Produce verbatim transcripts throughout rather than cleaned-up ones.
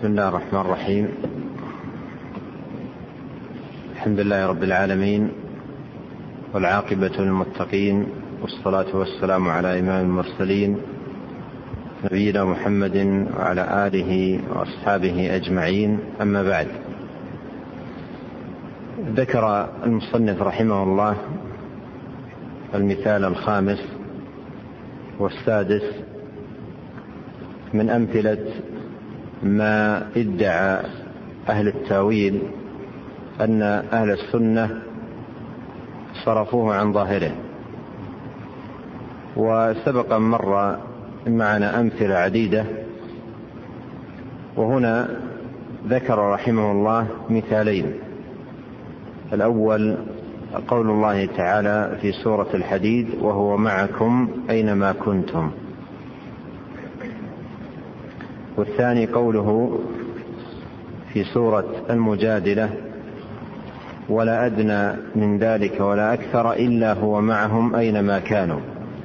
بسم الله الرحمن الرحيم. الحمد لله رب العالمين، والعاقبة للمتقين، والصلاة والسلام على إمام المرسلين نبينا محمد وعلى آله وأصحابه أجمعين. أما بعد، ذكر المصنف رحمه الله المثال الخامس والسادس من أمثلة ما ادعى أهل التاويل أن أهل السنة صرفوه عن ظاهره. وسبق مر معنا أمثلة عديدة، وهنا ذكر رحمه الله مثالين. الأول قول الله تعالى في سورة الحديد: وهو معكم أينما كنتم. والثاني قوله في سورة المجادلة: ولا أدنى من ذلك ولا أكثر إلا هو معهم أينما كانوا.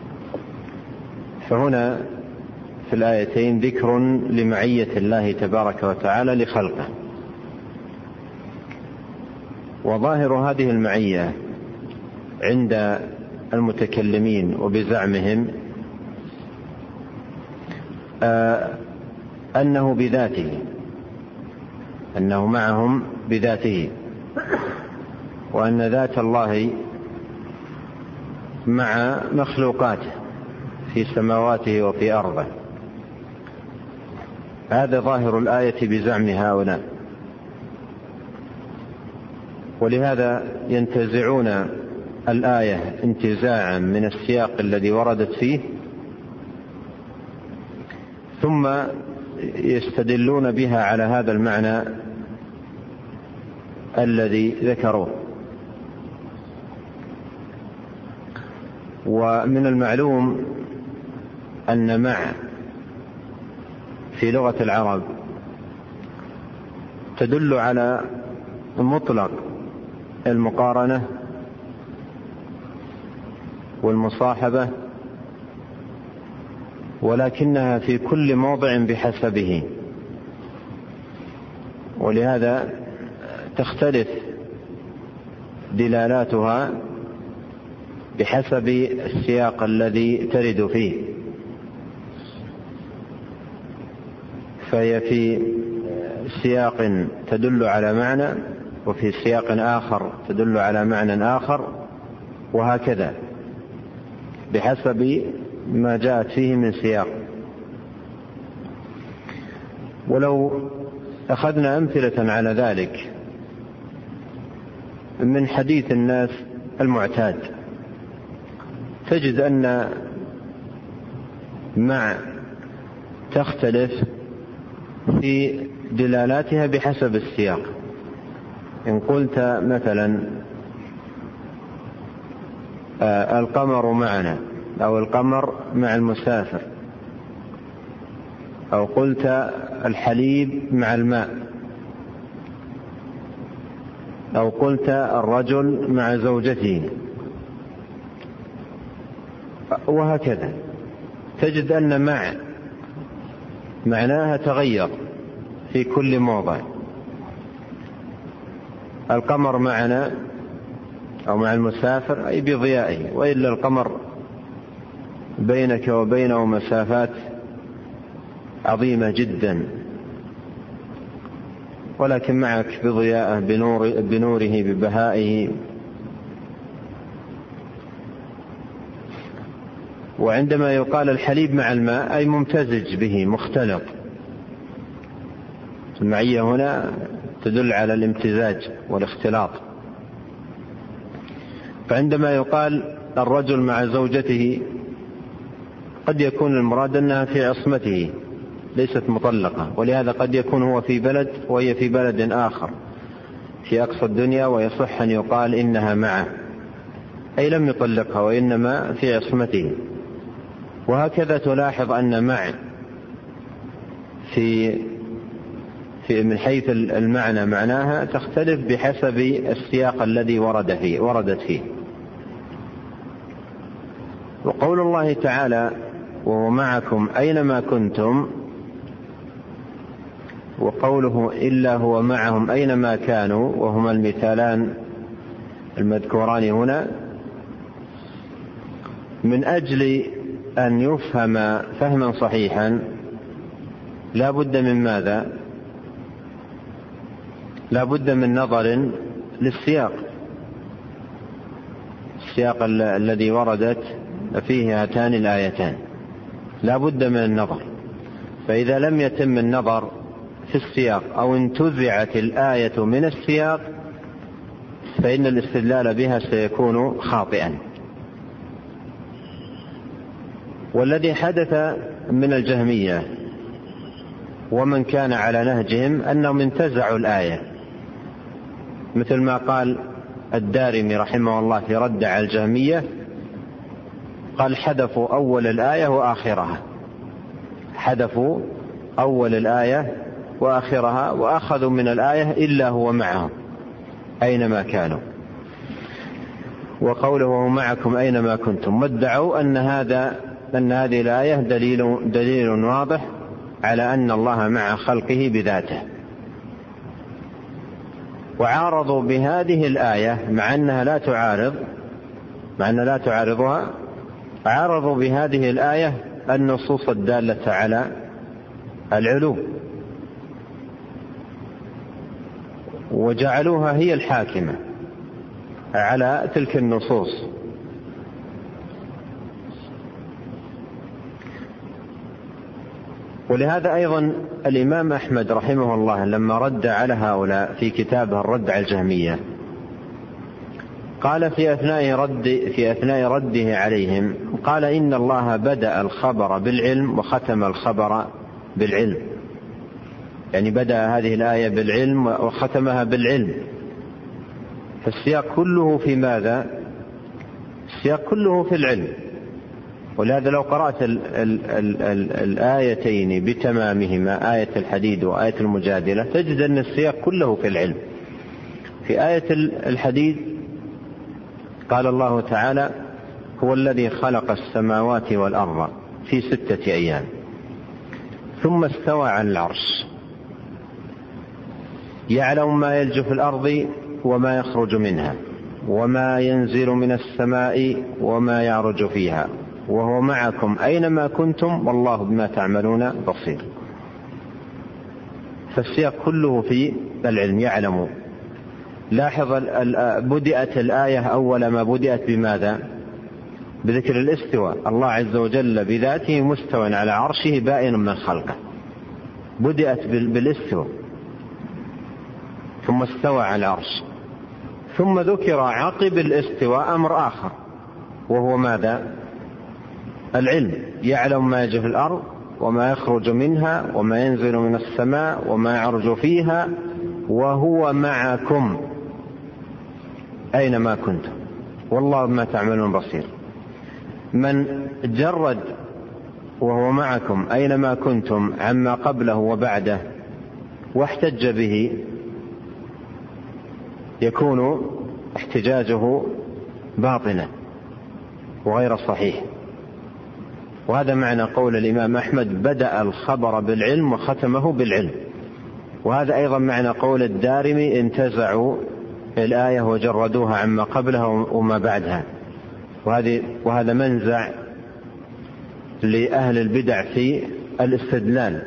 فهنا في الآيتين ذكر لمعية الله تبارك وتعالى لخلقه. وظاهر هذه المعية عند المتكلمين وبزعمهم آه أنه بذاته، أنه معهم بذاته، وأن ذات الله مع مخلوقاته في سماواته وفي أرضه. هذا ظاهر الآية بزعم هؤلاء، ولهذا ينتزعون الآية انتزاعا من السياق الذي وردت فيه، ثم يستدلون بها على هذا المعنى الذي ذكروه. ومن المعلوم أن مع في لغة العرب تدل على مطلق المقارنة والمصاحبة، ولكنها في كل موضع بحسبه، ولهذا تختلف دلالاتها بحسب السياق الذي ترد فيه. فهي في سياق تدل على معنى، وفي سياق آخر تدل على معنى آخر، وهكذا بحسب ما جاءت فيه من سياق. ولو أخذنا أمثلة على ذلك من حديث الناس المعتاد، تجد أن مع تختلف في دلالاتها بحسب السياق. إن قلت مثلا آه القمر معنا، أو القمر مع المسافر، أو قلت الحليب مع الماء، أو قلت الرجل مع زوجته، وهكذا تجد أن مع معناها تغير في كل موضع. القمر معنا أو مع المسافر أي بضيائه، وإلا القمر بينك وبينه مسافات عظيمة جدا، ولكن معك بضيائه، بنور بنوره، ببهائه. وعندما يقال الحليب مع الماء أي ممتزج به، مختلط. المعية هنا تدل على الامتزاج والاختلاط. فعندما يقال الرجل مع زوجته قد يكون المراد أنها في عصمته، ليست مطلقة، ولهذا قد يكون هو في بلد وهي في بلد آخر في أقصى الدنيا، ويصح أن يقال إنها معه، أي لم يطلقها وإنما في عصمته. وهكذا تلاحظ أن مع في في من حيث المعنى معناها تختلف بحسب السياق الذي ورد فيه وردت فيه. وقول الله تعالى: وهو معكم أينما كنتم، وقوله إلا هو معهم أينما كانوا وهما المثالان المذكوران هنا من أجل أن يفهم فهما صحيحا لا بد من ماذا؟ لا بد من نظر للسياق، السياق الذي وردت فيه هاتان الآيتان لا بد من النظر. فإذا لم يتم النظر في السياق أو انتزعت الآية من السياق فإن الاستدلال بها سيكون خاطئا. والذي حدث من الجهمية ومن كان على نهجهم أنهم انتزعوا الآية، مثل ما قال الدارمي رحمه الله في رد على الجهمية، قال حذفوا أول الآية وآخرها، حذفوا أول الآية وآخرها وأخذوا من الآية إلا هو معهم أينما كانوا، وقوله هو معكم أينما كنتم، وادعوا أن هذا أن هذه الآية دليل دليل واضح على أن الله مع خلقه بذاته. وعارضوا بهذه الآية مع أنها لا تعارض مع أنها لا تعارضها عارضوا بهذه الآية النصوص الدالة على العلو وجعلوها هي الحاكمة على تلك النصوص. ولهذا أيضا الإمام أحمد رحمه الله لما رد على هؤلاء في كتابه الرد على الجهمية قال في أثناء رد في أثناء رده عليهم، قال إن الله بدأ الخبر بالعلم وختم الخبر بالعلم، يعني بدأ هذه الآية بالعلم وختمها بالعلم، فالسياق كله في ماذا؟ السياق كله في العلم. ولهذا لو قرأت ال ال ال ال الآيتين بتمامهما، آية الحديد وآية المجادلة، تجد أن السياق كله في العلم. في آية الحديد قال الله تعالى هو الذي خلق السماوات والأرض في ستة أيام ثم استوى على العرش يعلم ما يلج في الأرض وما يخرج منها وما ينزل من السماء وما يعرج فيها وهو معكم أينما كنتم والله بما تعملون بصير. فالسياق كله في العلم، يعلم. لاحظ بدأت الآية أول ما بدأت بماذا؟ بذكر الاستواء، الله عز وجل بذاته مستوى على عرشه بائن من خلقه، بدأت بالاستواء ثم استوى على العرش، ثم ذكر عقب الاستواء أمر آخر وهو ماذا؟ العلم، يعلم ما يجري في الأرض وما يخرج منها وما ينزل من السماء وما يعرج فيها وهو معكم أينما كنتم والله بما تعملون بصير. من جرد وهو معكم أينما كنتم عما قبله وبعده واحتج به يكون احتجاجه باطلا وغير صحيح. وهذا معنى قول الإمام أحمد بدأ الخبر بالعلم وختمه بالعلم. وهذا أيضا معنى قول الدارمي انتزعوا الآية وجردوها عما قبلها وما بعدها. وهذه وهذا منزع لأهل البدع في الاستدلال،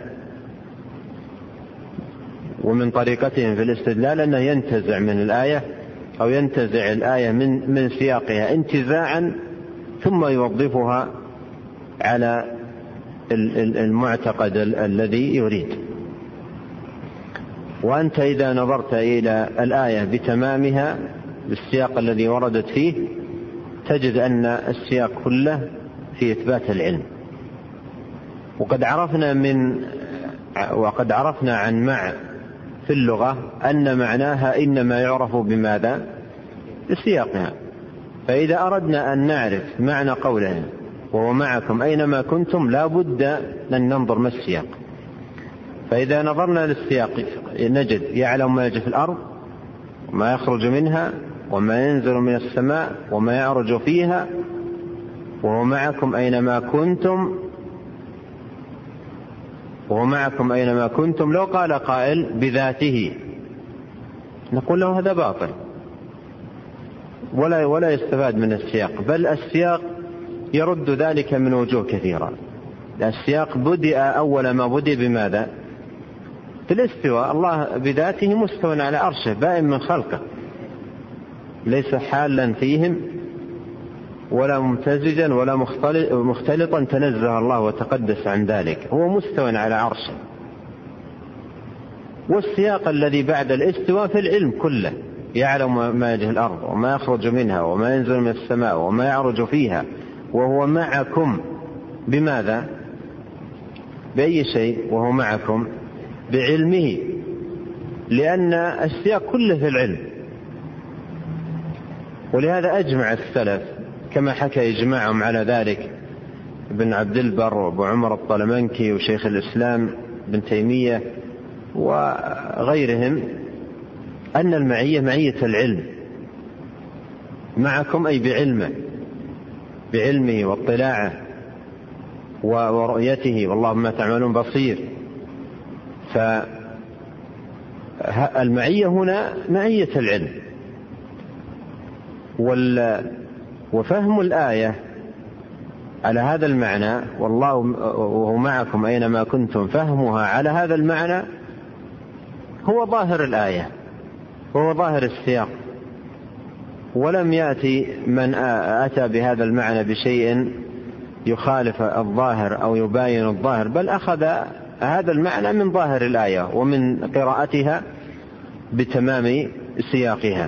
ومن طريقتهم في الاستدلال أنه ينتزع من الآية أو ينتزع الآية من من سياقها انتزاعا ثم يوظفها على المعتقد الذي يريد. وأنت إذا نظرت إلى الآية بتمامها بالسياق الذي وردت فيه تجد أن السياق كله في إثبات العلم. وقد عرفنا من وقد عرفنا عن مع في اللغة أن معناها إنما يعرف بماذا؟ بسياقها. فإذا أردنا أن نعرف معنى قوله وهو معكم أينما كنتم لا بد أن ننظر ما السياق. فإذا نظرنا للسياق نجد يعلم ما يجري في الأرض وما يخرج منها وما ينزل من السماء وما يعرج فيها وهو معكم أينما كنتم وهو معكم أينما كنتم، لو قال قائل بذاته نقول له هذا باطل ولا ولا يستفاد من السياق، بل السياق يرد ذلك من وجوه كثيرة. السياق بدأ أول ما بدأ بماذا؟ في الاستواء. الله بذاته مستوى على عرشه بائن من خلقه، ليس حالا فيهم ولا ممتزجا ولا مختلطا، تنزه الله وتقدس عن ذلك، هو مستوى على عرشه. والسياق الذي بعد الاستواء في العلم كله، يعلم ما يجه الأرض وما يخرج منها وما ينزل من السماء وما يعرج فيها، وهو معكم بماذا؟ بأي شيء؟ وهو معكم بعلمه، لأن السياق كله في العلم. ولهذا أجمع السلف كما حكى إجماعهم على ذلك ابن عبد البر وابو عمر الطلمنكي وشيخ الإسلام ابن تيمية وغيرهم، أن المعية معية العلم، معكم أي بعلمه، بعلمه واطلاعه ورؤيته، والله ما تعملون بصير. فالمعية هنا معية العلم. وفهم الآية على هذا المعنى، والله وهو معكم أينما كنتم، فهمها على هذا المعنى هو ظاهر الآية، هو ظاهر السياق. ولم يأتي من أتى بهذا المعنى بشيء يخالف الظاهر أو يباين الظاهر، بل أخذ هذا المعنى من ظاهر الآية ومن قراءتها بتمام سياقها.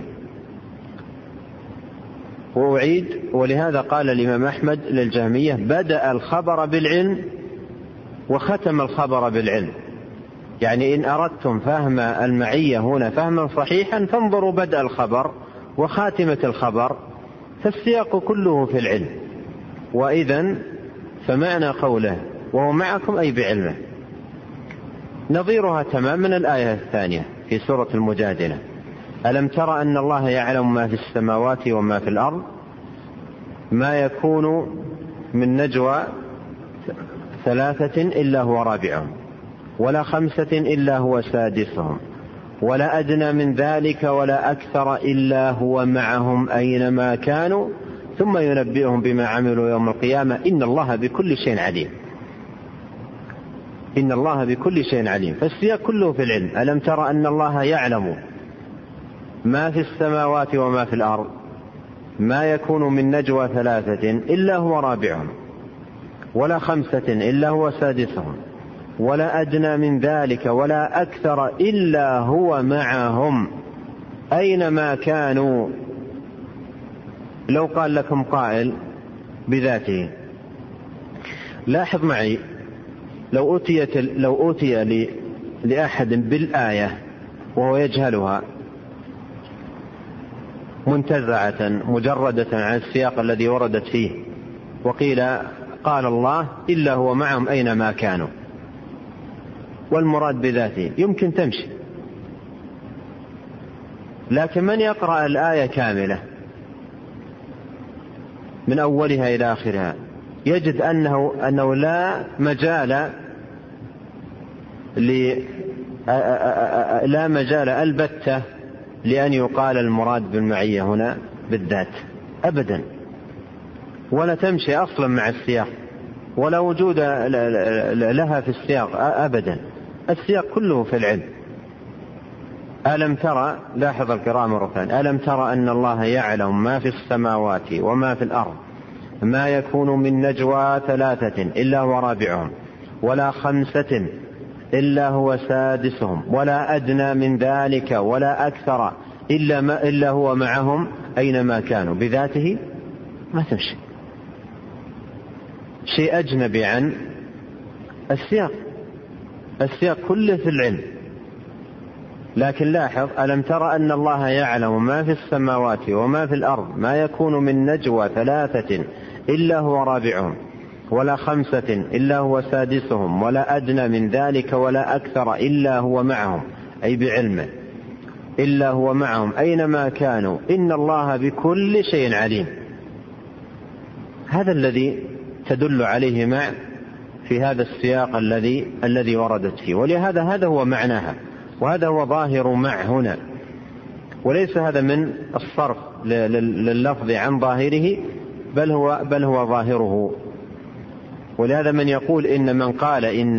وأعيد، ولهذا قال الإمام أحمد للجهمية: بدأ الخبر بالعلم وختم الخبر بالعلم. يعني إن أردتم فهم المعية هنا فهما صحيحا فانظروا بدأ الخبر وخاتمة الخبر، فالسياق كله في العلم. وإذن فمعنى قوله وهو معكم أي بعلمه نظيرها تماما الآية الثانية في سورة المجادلة: ألم تر أن الله يعلم ما في السماوات وما في الأرض، ما يكون من نجوى ثلاثة إلا هو رابعهم، ولا خمسة إلا هو سادسهم، ولا أدنى من ذلك ولا أكثر إلا هو معهم أينما كانوا ثم ينبئهم بما عملوا يوم القيامة إن الله بكل شيء عليم. إن الله بكل شيء عليم. فالسياق كله في العلم. ألم تر أن الله يعلم ما في السماوات وما في الأرض، ما يكون من نجوى ثلاثة إلا هو رابعهم، ولا خمسة إلا هو سادسهم، ولا أدنى من ذلك ولا أكثر إلا هو معهم أينما كانوا. لو قال لكم قائل بذاته، لاحظ معي، لو أوتيت لو أوتي لأحد بالآية وهو يجهلها منتزعة مجردة عن السياق الذي وردت فيه، وقيل قال الله إلا هو معهم أينما كانوا، والمراد بذاته، يمكن تمشي. لكن من يقرأ الآية كاملة من أولها إلى آخرها يجد أنه, أنه لا مجال لا مجال البتة لأن يقال المراد بالمعية هنا بالذات أبدا، ولا تمشي أصلا مع السياق، ولا وجود لها في السياق أبدا. السياق كله في العلم. ألم ترى، لاحظ القراءة مرة ثانية: ألم ترى أن الله يعلم ما في السماوات وما في الأرض، ما يكون من نجوى ثلاثة إلا هو رابعهم، ولا خمسة إلا هو سادسهم، ولا أدنى من ذلك ولا أكثر إلا, ما إلا هو معهم أينما كانوا. بذاته ما تمشي، شيء أجنبي عن السياق. السياق كله في العلم. لكن لاحظ: ألم ترى أن الله يعلم ما في السماوات وما في الأرض، ما يكون من نجوى ثلاثة إلا هو رابعهم، ولا خمسة إلا هو سادسهم، ولا أدنى من ذلك ولا أكثر إلا هو معهم أي بعلمه، إلا هو معهم أينما كانوا إن الله بكل شيء عليم. هذا الذي تدل عليه مع في هذا السياق الذي الذي وردت فيه، ولهذا هذا هو معناها، وهذا هو ظاهر مع هنا، وليس هذا من الصرف لللفظ عن ظاهره، بل هو بل هو ظاهره. ولهذا من يقول إن من قال إن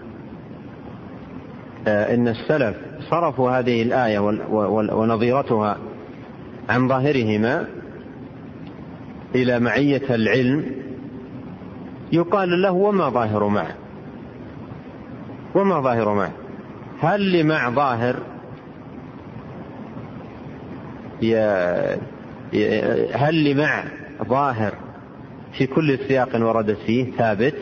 إن السلف صرفوا هذه الآية ونظيرتها عن ظاهرهما إلى معية العلم، يقال له وما ظاهر معه وما ظاهر معه هل لمع ظاهر هل لمع ظاهر في كل سياق وردت فيه ثابت؟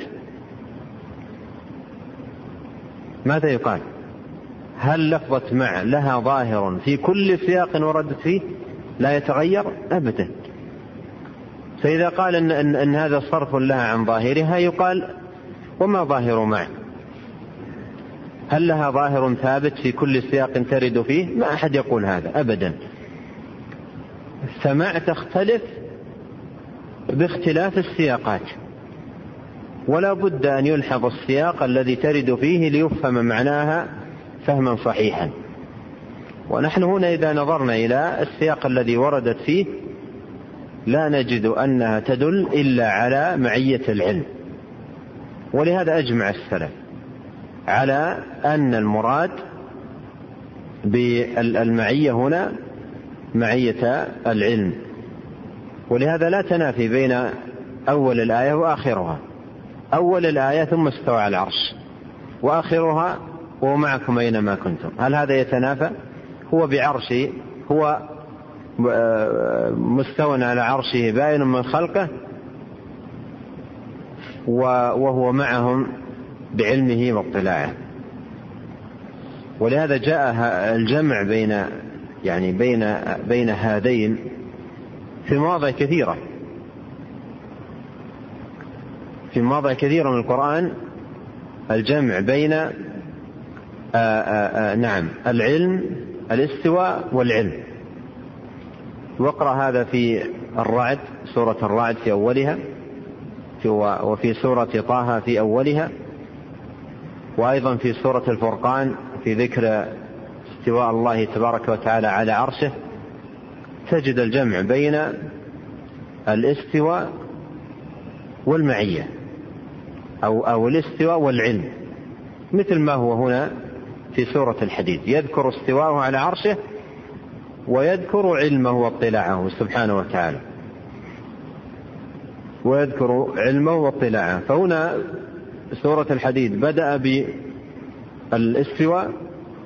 ماذا يقال؟ هل لفظة مع لها ظاهر في كل سياق وردت فيه لا يتغير أبدا؟ فإذا قال إن, إن, إن هذا صرف لها عن ظاهرها، يقال وما ظاهر مع؟ هل لها ظاهر ثابت في كل سياق ترد فيه؟ ما أحد يقول هذا أبدا. فمع تختلف باختلاف السياقات، ولا بد أن يلحظ السياق الذي ترد فيه ليفهم معناها فهما صحيحا. ونحن هنا إذا نظرنا إلى السياق الذي وردت فيه لا نجد أنها تدل إلا على معية العلم، ولهذا أجمع السلف على أن المراد بالمعية هنا معية العلم. ولهذا لا تنافي بين أول الآية وآخرها. أول الآية ثم استوى على العرش، وآخرها ومعكم أينما كنتم. هل هذا يتنافى؟ هو بعرشه، هو مستوى على عرشه باين من خلقه، وهو معهم بعلمه واطلاعه. ولهذا جاء الجمع بين يعني بين بين هذين في مواضع كثيرة في مواضع كثيرة من القرآن، الجمع بين آآ آآ نعم العلم، الاستواء والعلم. واقرأ هذا في الرعد، سورة الرعد في أولها، وفي سورة طه في أولها، وأيضا في سورة الفرقان في ذكر استواء الله تبارك وتعالى على عرشه، تجد الجمع بين الاستواء والمعية أو, أو الاستواء والعلم، مثل ما هو هنا في سورة الحديد، يذكر استواءه على عرشه ويذكر علمه واطلاعه سبحانه وتعالى، ويذكر علمه واطلاعه. فهنا سورة الحديد بدأ بالاستواء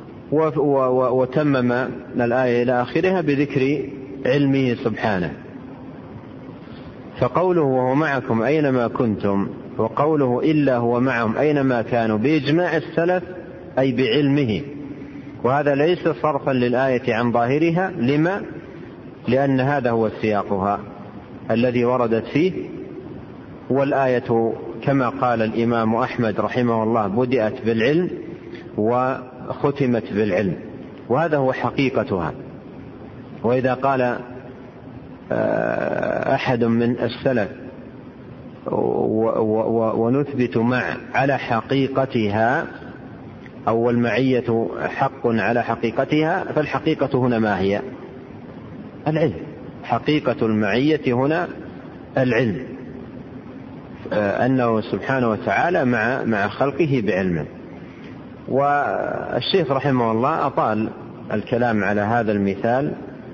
وتمم الآية إلى آخرها بذكر علمه سبحانه. فقوله وهو معكم أينما كنتم، وقوله إلا هو معهم أينما كانوا، بإجماع السلف أي بعلمه. وهذا ليس صرفا للآية عن ظاهرها. لما؟ لأن هذا هو سياقها الذي وردت فيه. والآية كما قال الإمام أحمد رحمه الله بدأت بالعلم وختمت بالعلم، وهذا هو حقيقتها. وإذا قال أحد من السلف ونثبت مع على حقيقتها، أو المعية حق على حقيقتها، فالحقيقة هنا ما هي؟ العلم. حقيقة المعية هنا العلم، أنه سبحانه وتعالى مع مع خلقه بعلمه. والشيخ رحمه الله أطال الكلام على هذا المثال،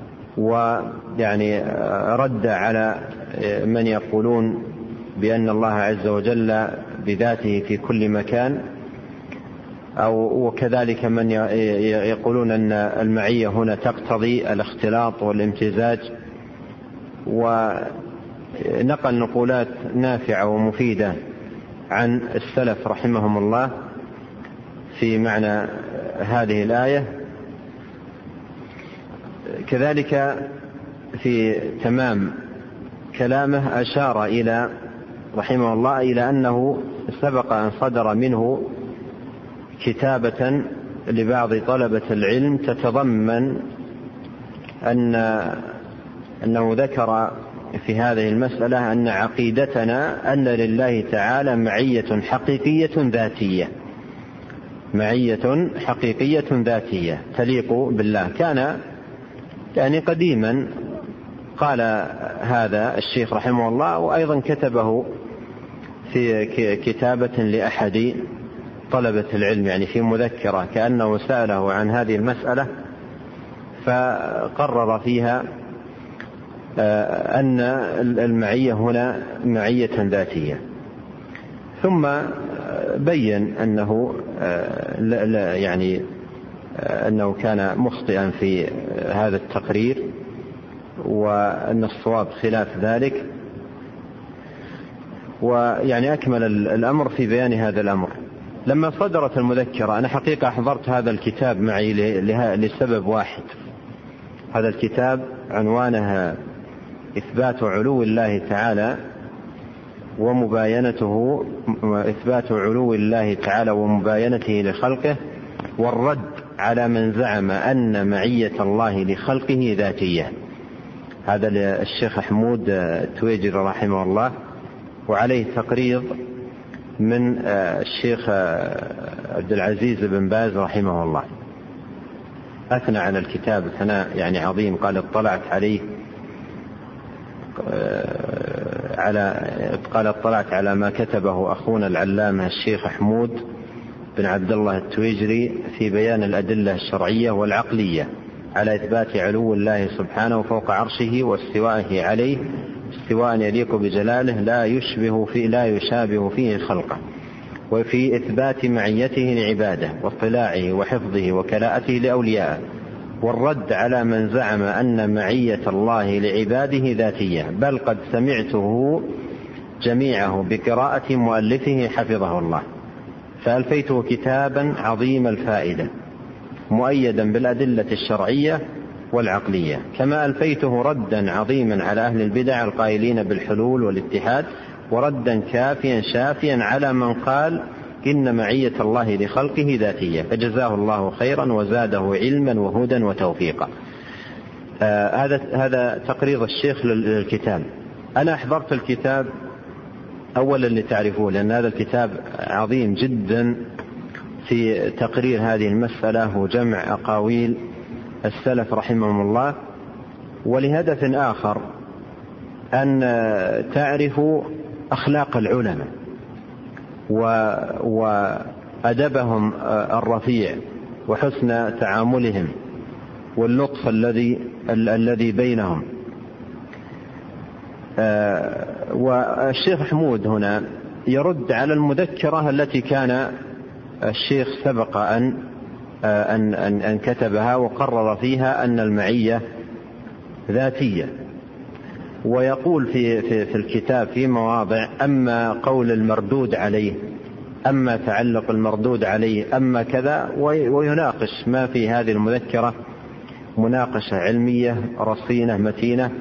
ويعني رد على من يقولون بأن الله عز وجل بذاته في كل مكان، أو وكذلك من يقولون أن المعية هنا تقتضي الاختلاط والامتزاج. ونقل نقولات نافعة ومفيدة عن السلف رحمهم الله في معنى هذه الآية. كذلك في تمام كلامه أشار إلى رحمه الله إلى أنه سبق أن صدر منه كتابة لبعض طلبة العلم تتضمن أن أنه ذكر في هذه المسألة أن عقيدتنا أن لله تعالى معية حقيقية ذاتية، معية حقيقية ذاتية تليق بالله. كان يعني قديما قال هذا الشيخ رحمه الله، وأيضا كتبه في كتابة لأحد طلبة العلم، يعني في مذكرة، كأنه سأله عن هذه المسألة فقرر فيها أن المعية هنا معية ذاتية، ثم بين أنه لا يعني أنه كان مخطئا في هذا التقرير، وأن الصواب خلاف ذلك، ويعني أكمل الأمر في بيان هذا الأمر. لما صدرت المذكرة، أنا حقيقة أحضرت هذا الكتاب معي لسبب واحد. هذا الكتاب عنوانها إثبات علو الله تعالى ومباينته، إثبات علو الله تعالى ومباينته لخلقه، والرد على من زعم أن معية الله لخلقه ذاتية. هذا الشيخ حمود التويجري رحمه الله، وعليه تقريض من الشيخ عبد العزيز بن باز رحمه الله. أثنى على الكتاب ثناء يعني عظيم، قال اطلعت عليه على قال اطلعت على ما كتبه أخونا العلامة الشيخ حمود بن عبد الله التويجري في بيان الأدلة الشرعية والعقلية على إثبات علو الله سبحانه فوق عرشه واستوائه عليه استواء يليق بجلاله لا يشبه فيه لا يشابه فيه خلقه، وفي إثبات معيته لعباده واطلاعه وحفظه وكلاءته لأوليائه، والرد على من زعم أن معية الله لعباده ذاتية، بل قد سمعته جميعه بقراءة مؤلفه حفظه الله، فألفيته كتابا عظيم الفائدة مؤيدا بالأدلة الشرعية والعقلية، كما ألفيته ردا عظيما على أهل البدع القائلين بالحلول والاتحاد، وردا كافيا شافيا على من قال إن معية الله لخلقه ذاتية، فجزاه الله خيرا وزاده علما وهدى وتوفيقا. آه هذا هذا تقرير الشيخ للكتاب. أنا أحضرت الكتاب أولا لتعرفوه، لأن هذا الكتاب عظيم جدا في تقرير هذه المسألة وجمع أقاويل السلف رحمهم الله، ولهدف آخر أن تعرفوا أخلاق العلماء وأدبهم الرفيع وحسن تعاملهم واللطف الذي الذي بينهم. والشيخ حمود هنا يرد على المذكرة التي كان الشيخ سبق أن أن أن, أن كتبها وقرر فيها أن المعية ذاتية، ويقول في في في الكتاب في مواضع: أما قول المردود عليه، أما تعلق المردود عليه، أما كذا، ويناقش ما في هذه المذكرة مناقشة علمية رصينة متينة.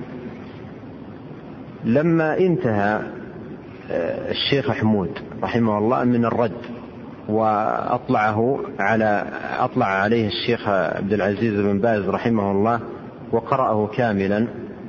لما انتهى الشيخ حمود رحمه الله من الرد وأطلعه على أطلع عليه الشيخ عبد العزيز بن باز رحمه الله وقرأه كاملا،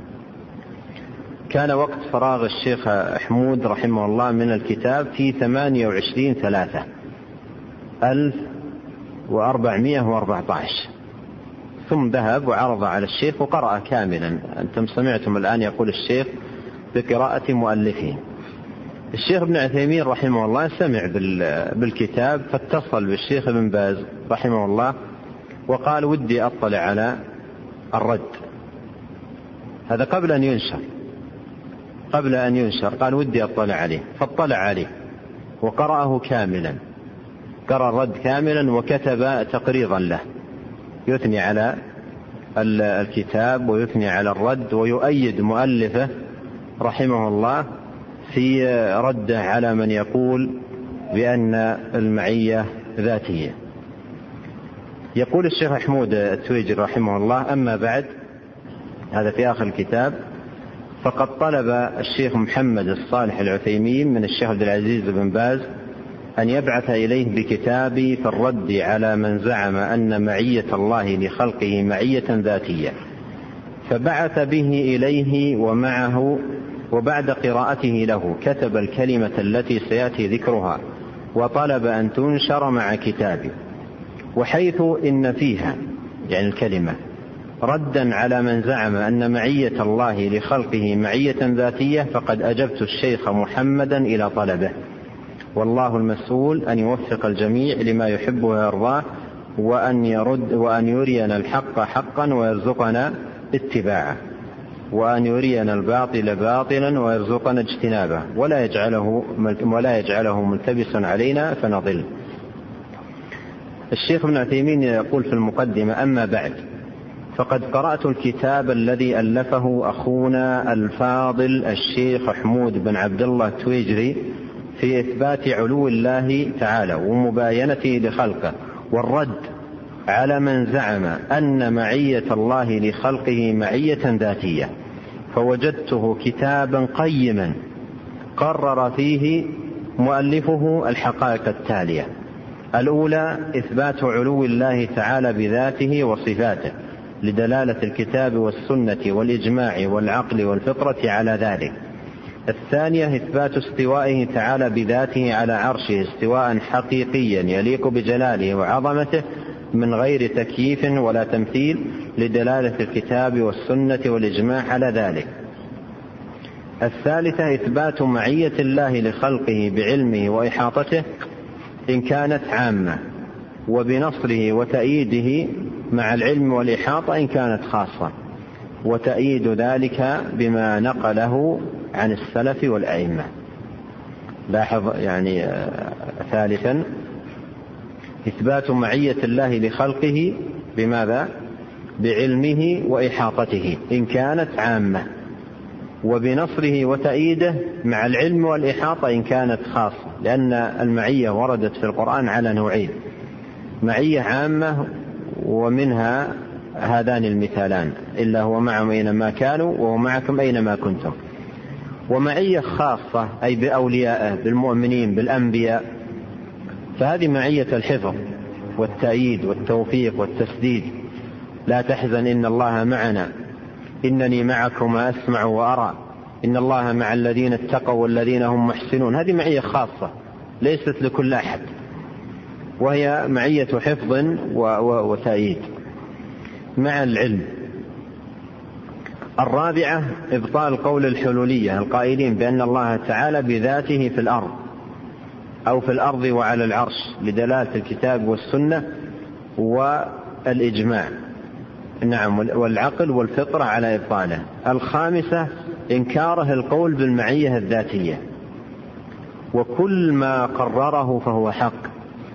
كان وقت فراغ الشيخ حمود رحمه الله من الكتاب في ثمانية وعشرين ثلاثة ألف وأربعمائة وأربعة عشر، ثم ذهب وعرض على الشيخ وقرأ كاملا. أنتم سمعتم الآن يقول الشيخ بقراءة مؤلفه. الشيخ ابن عثيمين رحمه الله سمع بالكتاب، فاتصل بالشيخ ابن باز رحمه الله وقال: ودي أطلع على الرد. هذا قبل أن ينشر قبل أن ينشر قال: ودي أطلع عليه، فاطلع عليه وقرأه كاملا، قرأ الرد كاملا وكتب تقريضا له يثني على الكتاب ويثني على الرد ويؤيد مؤلفه رحمه الله في رده على من يقول بأن المعية ذاتية. يقول الشيخ حمود التويجري رحمه الله: أما بعد، هذا في آخر الكتاب، فقد طلب الشيخ محمد الصالح العثيمين من الشيخ عبد العزيز بن باز أن يبعث إليه بكتابي في الرد على من زعم أن معية الله لخلقه معية ذاتية، فبعث به إليه ومعه، وبعد قراءته له كتب الكلمة التي سيأتي ذكرها وطلب أن تنشر مع كتابه. وحيث إن فيها يعني الكلمة ردا على من زعم أن معية الله لخلقه معية ذاتية، فقد أجبت الشيخ محمدا إلى طلبه، والله المسؤول أن يوفق الجميع لما يحبه ويرضاه، وأن يرد وأن يرينا الحق حقا ويرزقنا اتباعه، وأن يرينا الباطل باطلا ويرزقنا اجتنابه، ولا يجعله ولا يجعله ملتبسا علينا فنضل. الشيخ ابن عثيمين يقول في المقدمة: أما بعد، فقد قرأت الكتاب الذي ألفه أخونا الفاضل الشيخ حمود بن عبد الله التويجري في إثبات علو الله تعالى ومباينته لخلقه، والرد على من زعم أن معية الله لخلقه معية ذاتية، فوجدته كتابا قيما قرر فيه مؤلفه الحقائق التالية: الأولى إثبات علو الله تعالى بذاته وصفاته لدلالة الكتاب والسنة والإجماع والعقل والفطرة على ذلك. الثانية إثبات استوائه تعالى بذاته على عرشه استواء حقيقيا يليق بجلاله وعظمته من غير تكييف ولا تمثيل لدلالة الكتاب والسنة والإجماع على ذلك. الثالثة إثبات معية الله لخلقه بعلمه وإحاطته إن كانت عامة، وبنصره وتأييده مع العلم والإحاطة إن كانت خاصة، وتأييد ذلك بما نقله عن السلف والأئمة. لاحظ يعني آه ثالثا إثبات معية الله لخلقه بماذا؟ بعلمه وإحاطته إن كانت عامة، وبنصره وتأييده مع العلم والإحاطة إن كانت خاصة، لأن المعية وردت في القرآن على نوعين: معية عامة ومنها هذان المثالان: إلا هو معهم أينما كانوا وهو معكم أينما كنتم. ومعية خاصة أي بأوليائه بالمؤمنين بالأنبياء، فهذه معية الحفظ والتأييد والتوفيق والتسديد: لا تحزن إن الله معنا، إنني معكم أسمع وأرى، إن الله مع الذين اتقوا والذين هم محسنون. هذه معية خاصة ليست لكل أحد، وهي معية حفظ وتأييد مع العلم. الرابعة إبطال قول الحلولية القائلين بأن الله تعالى بذاته في الأرض أو في الأرض وعلى العرش لدلالة الكتاب والسنة والإجماع، نعم، والعقل والفطرة على إبطاله. الخامسة إنكاره القول بالمعية الذاتية، وكل ما قرره فهو حق،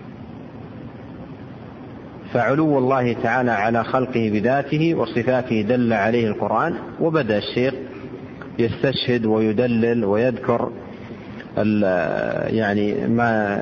فعلو الله تعالى على خلقه بذاته وصفاته دل عليه القرآن. وبدأ الشيخ يستشهد ويدلل ويذكر يعني ما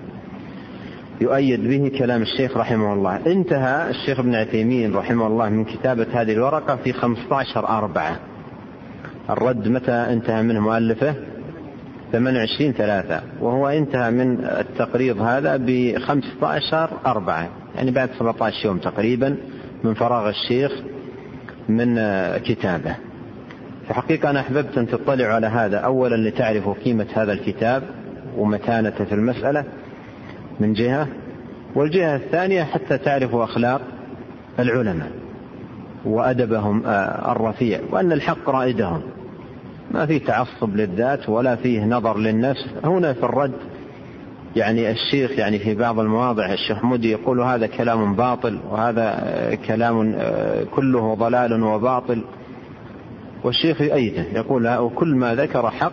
يؤيد به كلام الشيخ رحمه الله. انتهى الشيخ ابن عثيمين رحمه الله من كتابة هذه الورقة في خمسة عشر أربعة. الرد متى انتهى منه مؤلفه؟ ثمانية وعشرين ثلاثة، وهو انتهى من التقريض هذا بخمسة عشر أربعة، يعني بعد سبعة عشر يوم تقريبا من فراغ الشيخ من كتابه. في حقيقة أنا أحببت أن تطلعوا على هذا، أولا لتعرفوا قيمة هذا الكتاب ومتانته في المسألة من جهة، والجهة الثانية حتى تعرفوا أخلاق العلماء وأدبهم الرفيع، وأن الحق رائدهم، ما فيه تعصب للذات ولا فيه نظر للنفس. هنا في الرد يعني الشيخ يعني في بعض المواضع الشيخ مودي يقول هذا كلام باطل وهذا كلام كله ضلال وباطل، والشيخ يؤيده يقول وكل ما ذكر حق،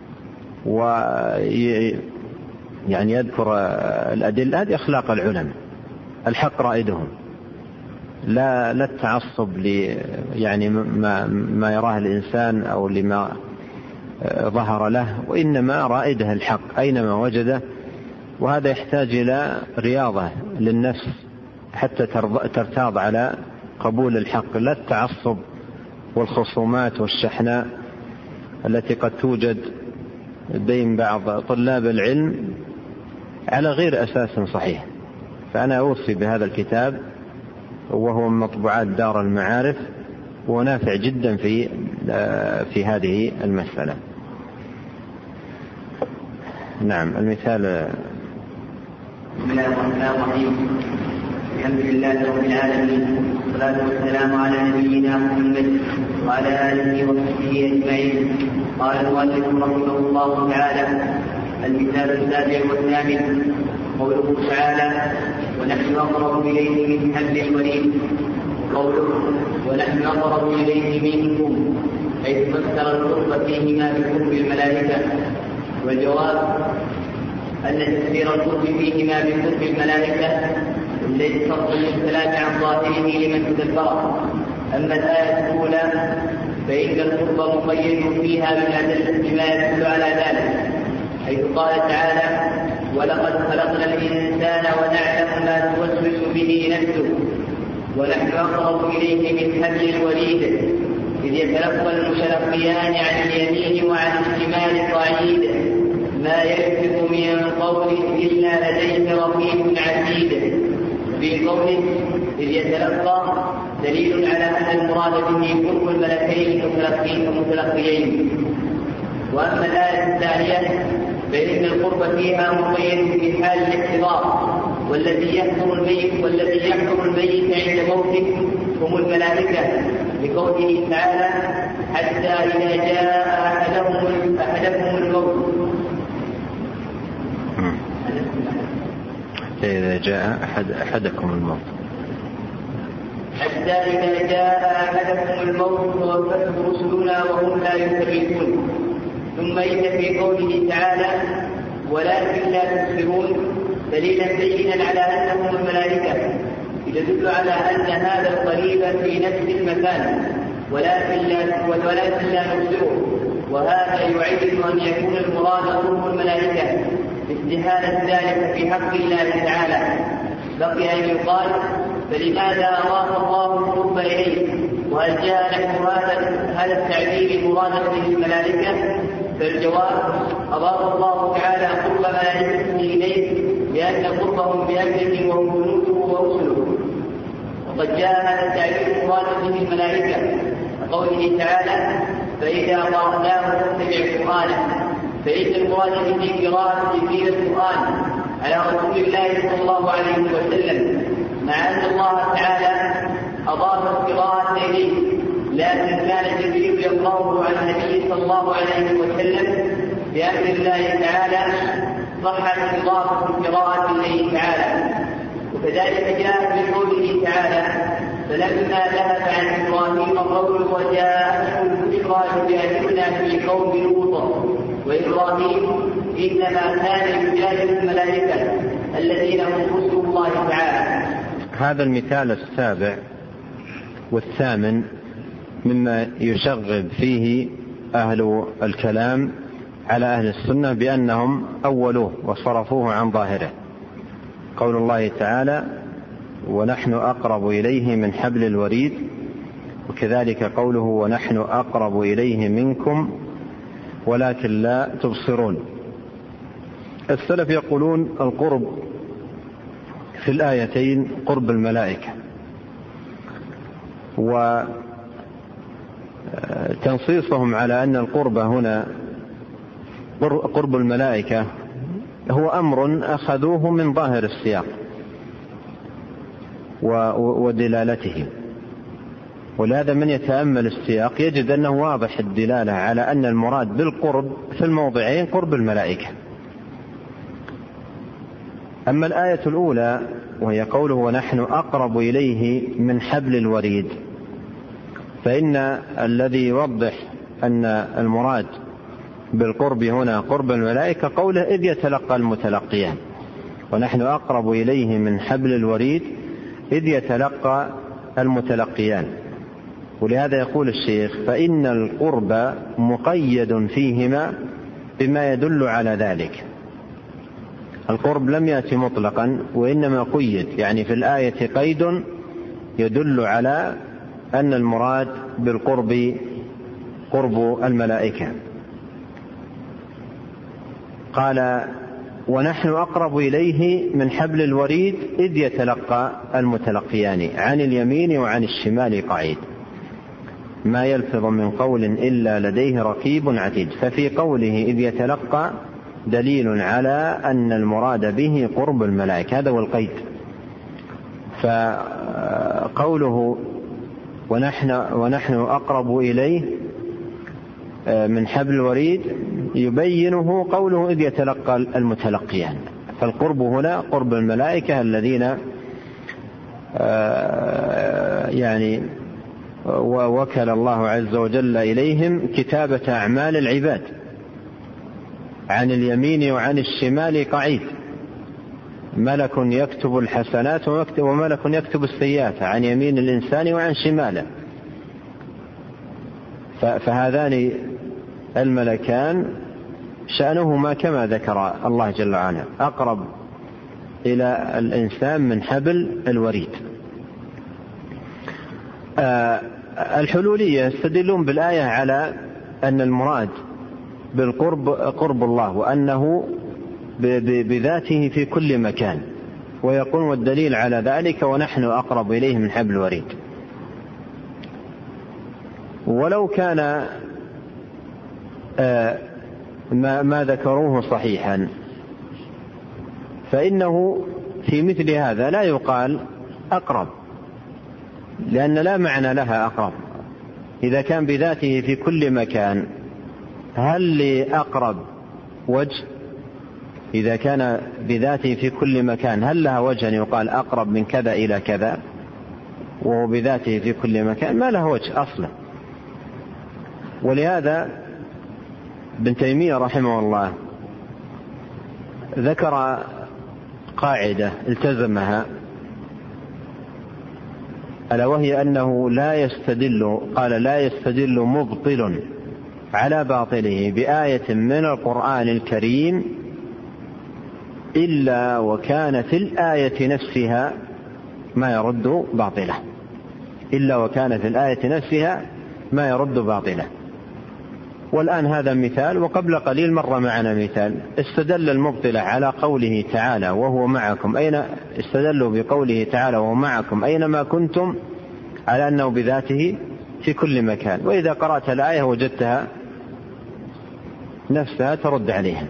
ويعني يذكر الأدلة. هذه أخلاق العلماء، الحق رائدهم، لا لا التعصب ل يعني ما ما يراه الإنسان أو لما ظهر له، وإنما رائده الحق أينما وجده. وهذا يحتاج إلى رياضة للنفس حتى ترتاض على قبول الحق، لا التعصب والخصومات والشحناء التي قد توجد بين بعض طلاب العلم على غير أساس صحيح. فأنا أوصي بهذا الكتاب، وهو من مطبوعات دار المعارف، ونافع جدا في في هذه المسألة. نعم. المثال. بسم الله الرحمن الرحيم. الحمد لله رب العالمين، والصلاة والسلام على نبينا محمد وعلى آله وصحبه أجمعين. قال المؤلف رحمه الله تعالى: المثال السابع والثامن قوله تعالى: ونحن أقرب إليه من حبل الوريد. قوله ونحن أقرب إليه منكم، حيث فسر القرب فيهما بقرب الملائكة. والجواب أن تفسير القرب فيهما بقرب الملائكة ليس فرق للكلام عن ظاهره لمن تدبره. أما الآية الأولى فإن القرب مقيد فيها بما يدل على ذلك، حيث قال تعالى: ولقد خلقنا الإنسان ونعلم ما توسوس به نفسه ونحن أقرب إليه من حبل الوريد، إذ يتلقى المتلقيان عن اليمين وعن الشمال قعيد، ما يلفظ من قول إلا لديه رقيب عتيد. في قوله إذ يتلقى دليل على أن المراد به قرب الملكين المتلقيين. وأما الآية الثانية فإن القرب فيها مقيد في حال الاحتضار، والذي يحضر الميت والذي يحضر الميت عند موته هم الملائكة، لقوله تعالى: حتى إذا جاء أحدهم أحدهم الموت إذا جاء أحد أحدكم الموت حتى إذا جاء أحدكم الموت توفته رسلنا وهم لا يفرطون. ثم إن في قوله تعالى: ولكن لا تبصرون دليلا بينا على أنهم الملائكة، يدل على أن هذا القريب في نفس المكان ولكن لا ولكن لا نبصره. وهذا يعد أن يكون المراد قرب الملائكة استحالة ذلك في حق الله تعالى. بقي أن يقال: فلماذا أضاف الله القرب إليه؟ وهل جاء نحو هذا التعبير مرادا للملائكة؟ فالجواب: أضاف الله تعالى قرب ملائكته إليه لأن قربهم بأمره وهم جنوده ورسله. وقد جاء هذا التعبير مرادا للملائكة قوله تعالى: فإذا قرأناه فاتبع قرآنه. فإن المراد به قراءة تفسير القرآن على رسول الله صلى الله عليه وسلم، مع أن الله تعالى أضاف القراءة إليه، لكن كان جبريل يقرأه على النبي صلى الله عليه وسلم بأمر الله تعالى، صحت إضافة القراءة إليه تعالى. وكذلك جاء في قوله تعالى: فلما ذهب عن إبراهيم الرجل وجاءته البشرى يجادلنا في قوم لوط وإبراهيم إنما كان يجادل الملائكة الذين هم رسل الله تعالى. هذا المثال السابع والثامن مما يشغب فيه أهل الكلام على أهل السنة بأنهم أولوه وصرفوه عن ظاهره. قول الله تعالى: ونحن أقرب إليه من حبل الوريد، وكذلك قوله: ونحن أقرب إليه منكم ولكن لا تبصرون. السلف يقولون القرب في الآيتين قرب الملائكة، وتنصيصهم على أن القرب هنا قرب الملائكة هو أمر أخذوه من ظاهر السياق ودلالته، ولهذا من يتأمل السياق يجد أنه واضح الدلالة على أن المراد بالقرب في الموضعين قرب الملائكة. أما الآية الأولى وهي قوله: ونحن أقرب إليه من حبل الوريد، فإن الذي يوضح أن المراد بالقرب هنا قرب الملائكة قوله: إذ يتلقى المتلقيان. ونحن أقرب إليه من حبل الوريد إذ يتلقى المتلقيان. ولهذا يقول الشيخ: فإن القرب مقيد فيهما بما يدل على ذلك. القرب لم يأتي مطلقا وإنما قيد، يعني في الآية قيد يدل على أن المراد بالقرب قرب الملائكة. قال: ونحن أقرب إليه من حبل الوريد إذ يتلقى المتلقيان عن اليمين وعن الشمال قعيد. ما يلفظ من قول إلا لديه رقيب عتيد. ففي قوله إذ يتلقى دليل على أن المراد به قرب الملائكة، هذا هو القيد. فقوله ونحن, ونحن أقرب إليه من حبل الوريد يبينه قوله إذ يتلقى المتلقيان. فالقرب هنا قرب الملائكة الذين يعني ووكل الله عز وجل إليهم كتابة أعمال العباد عن اليمين وعن الشمال قعيد، ملك يكتب الحسنات وملك يكتب السيئات عن يمين الإنسان وعن شماله. فهذان الملكان شأنهما كما ذكر الله جل وعلا أقرب إلى الإنسان من حبل الوريد. آه الحلولية يستدلون بالآية على أن المراد بالقرب قرب الله وأنه بذاته في كل مكان، ويقول والدليل على ذلك ونحن أقرب إليه من حبل الوريد. ولو كان آه ما, ما ذكروه صحيحا فإنه في مثل هذا لا يقال أقرب، لأن لا معنى لها أقرب. إذا كان بذاته في كل مكان هل لأقرب وجه؟ إذا كان بذاته في كل مكان هل لها وجه أن يقال أقرب من كذا إلى كذا وهو بذاته في كل مكان؟ ما له وجه أصلا. ولهذا ابن تيمية رحمه الله ذكر قاعدة التزمها، ألا وهي أنه لا يستدل قال لا يستدل مبطل على باطله بآية من القرآن الكريم إلا وكان في الآية نفسها ما يرد باطله، إلا وكان في الآية نفسها ما يرد باطله. والآن هذا مثال، وقبل قليل مر معنا مثال استدل المبطلة على قوله تعالى وهو معكم أين استدلوا بقوله تعالى وهو معكم أينما كنتم على أنه بذاته في كل مكان، وإذا قرأت الآية وجدتها نفسها ترد عليها.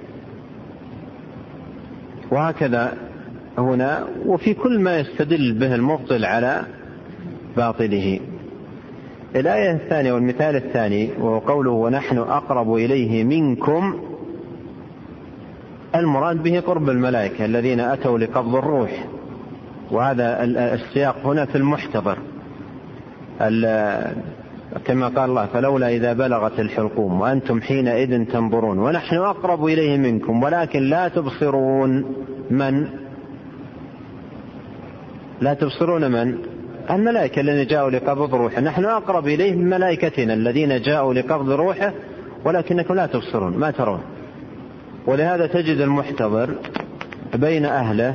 وهكذا هنا وفي كل ما يستدل به المبطل على باطله. الآية الثانية والمثال الثاني وهو قوله ونحن أقرب إليه منكم، المراد به قرب الملائكة الذين أتوا لقبض الروح، وهذا السياق هنا في المحتضر كما قال الله فلولا إذا بلغت الحلقوم وأنتم حينئذ تنظرون ونحن أقرب إليه منكم ولكن لا تبصرون. من لا تبصرون؟ من الملائكة الذين جاءوا لقبض روحه، نحن أقرب إليه من ملائكتنا الذين جاءوا لقبض روحه ولكنكم لا تبصرون ما ترون. ولهذا تجد المحتضر بين أهله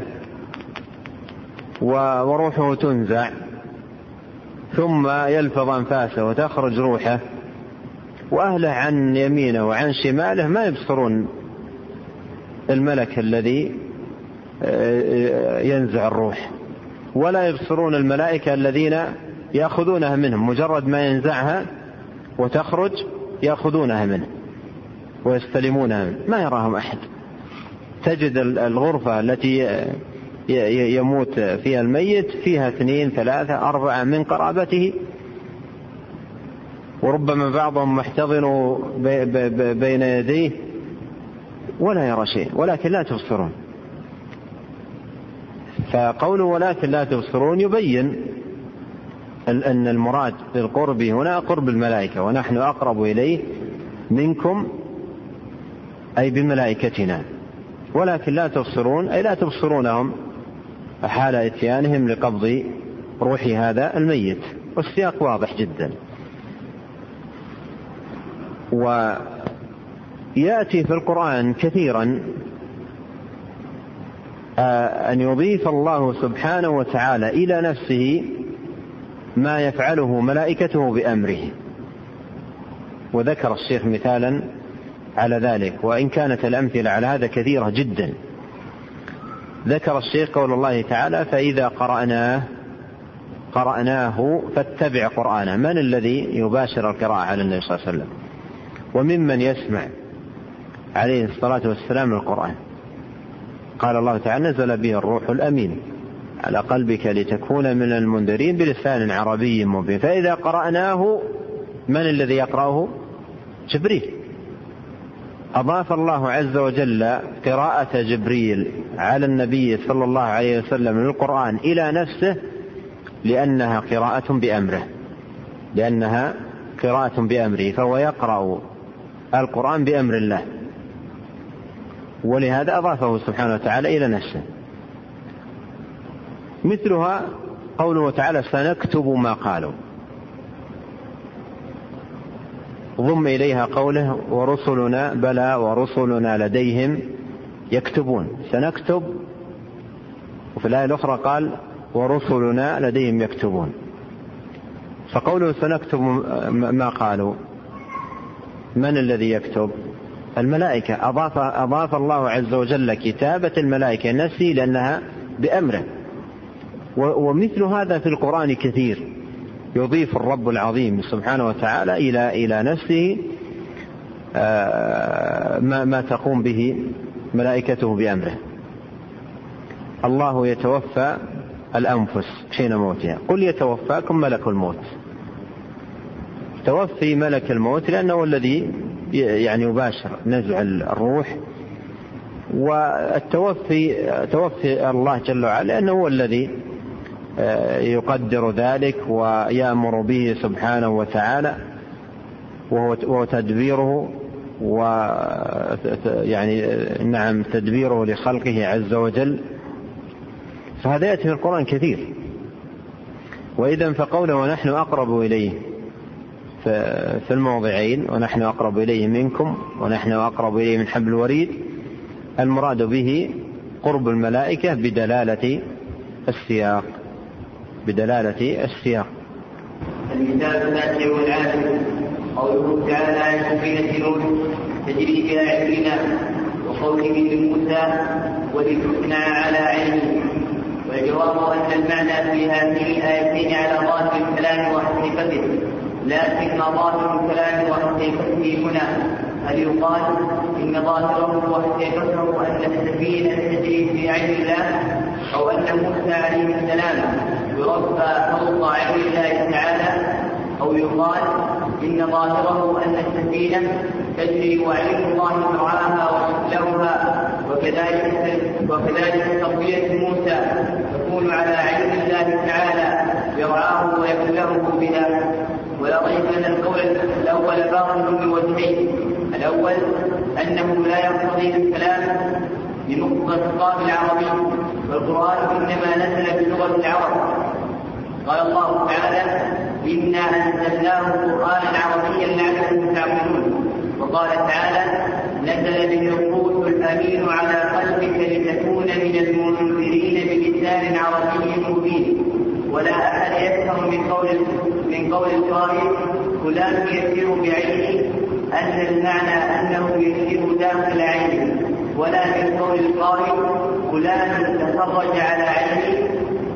وروحه تنزع ثم يلفظ أنفاسه وتخرج روحه، وأهله عن يمينه وعن شماله ما يبصرون الملك الذي ينزع الروح، ولا يبصرون الملائكة الذين يأخذونها منهم، مجرد ما ينزعها وتخرج يأخذونها منه ويستلمونها منه، ما يراهم أحد. تجد الغرفة التي يموت فيها الميت فيها اثنين ثلاثة أربعة من قرابته، وربما بعضهم محتضن بين يديه ولا يرى شيء، ولكن لا تبصرون. فقوله ولكن لا تبصرون يبين أن المراد بالقرب هنا قرب الملائكة، ونحن أقرب إليه منكم أي بملائكتنا، ولكن لا تبصرون أي لا تبصرونهم حال اتيانهم لقبض روح هذا الميت. والسياق واضح جدا. ويأتي في القرآن كثيرا أن يضيف الله سبحانه وتعالى إلى نفسه ما يفعله ملائكته بأمره، وذكر الشيخ مثالا على ذلك، وإن كانت الأمثلة على هذا كثيرة جدا. ذكر الشيخ قول الله تعالى فإذا قرأناه قرأناه فاتبع قرآنه. من الذي يباشر القراءة على النبي صلى الله عليه وسلم؟ وممن يسمع عليه الصلاة والسلام القرآن؟ قال الله تعالى: نزل به الروح الأمين على قلبك لتكون من المنذرين بلسان عربي مبين. فإذا قرأناه من الذي يقرأه؟ جبريل. أضاف الله عز وجل قراءة جبريل على النبي صلى الله عليه وسلم للقرآن إلى نفسه لأنها قراءة بأمره لأنها قراءة بأمره فهو يقرأ القرآن بأمر الله، ولهذا أضافه سبحانه وتعالى إلى نفسه. مثلها قوله تعالى: سنكتب ما قالوا. ضم إليها قوله: ورسلنا بلى ورسلنا لديهم يكتبون. سنكتب، وفي الآية الأخرى قال: ورسلنا لديهم يكتبون. فقوله سنكتب ما قالوا، من الذي يكتب؟ الملائكة. أضاف, أضاف الله عز وجل كتابة الملائكة نفسه لأنها بأمره. ومثل هذا في القرآن كثير، يضيف الرب العظيم سبحانه وتعالى إلى إلى نفسه ما, ما تقوم به ملائكته بأمره. الله يتوفى الأنفس حين موتها، قل يتوفاكم ملك الموت. توفي ملك الموت لأنه الذي يعني يباشر نزع الروح، والتوفي توفي الله جل وعلا لأنه هو الذي يقدر ذلك ويأمر به سبحانه وتعالى، وهو تدبيره ويعني نعم تدبيره لخلقه عز وجل. فهذا يأتي في القرآن كثير. وإذن فقوله ونحن أقرب إليه في الموضعين، ونحن أقرب إليه منكم ونحن أقرب إليه من حبل الوريد، المراد به قرب الملائكة بدلالة السياق بدلالة السياق. المثال الثاني والعاشر قوله تعالى عن سفينة نوح تجري بأعيننا، وقوله لموسى ولتثنى على عينه. والجواب أن المعنى في هذه الآيتين على ظاهر الكلام وحقيقته، لكن ظاهر الكلام وحقيقته هنا هل يقال إن ظاهره وحقيقته أن السفينة تجري في عين الله، أو أن موسى عليه السلام يربى فوق عين الله تعالى، أو يقال إن ظاهره أن السفينة تجري وعين الله مرعاها وشكلها، وكذلك وكذلك تربية موسى تكون على عين الله تعالى يرعاه ويكله بها. ولا ريب أن القول الأول باطل من وجهين: الأول أنه لا يقتضي الكلام بمقتضى الخطاب العربي، والقرآن إنما نزل بلغة العرب. قال الله تعالى: إنا أنزلناه قرآنا عربيا لعلكم تعقلون. وقال تعالى: نزل به الروح الأمين على قلبك لتكون من المنذرين بلسان عربي مبين. ولا أحد يفهم من قول من قول القارئ فلان يسير بعينه أن المعنى أنه يسير داخل عينه، ولا من قول القارئ فلان تفرج على عينه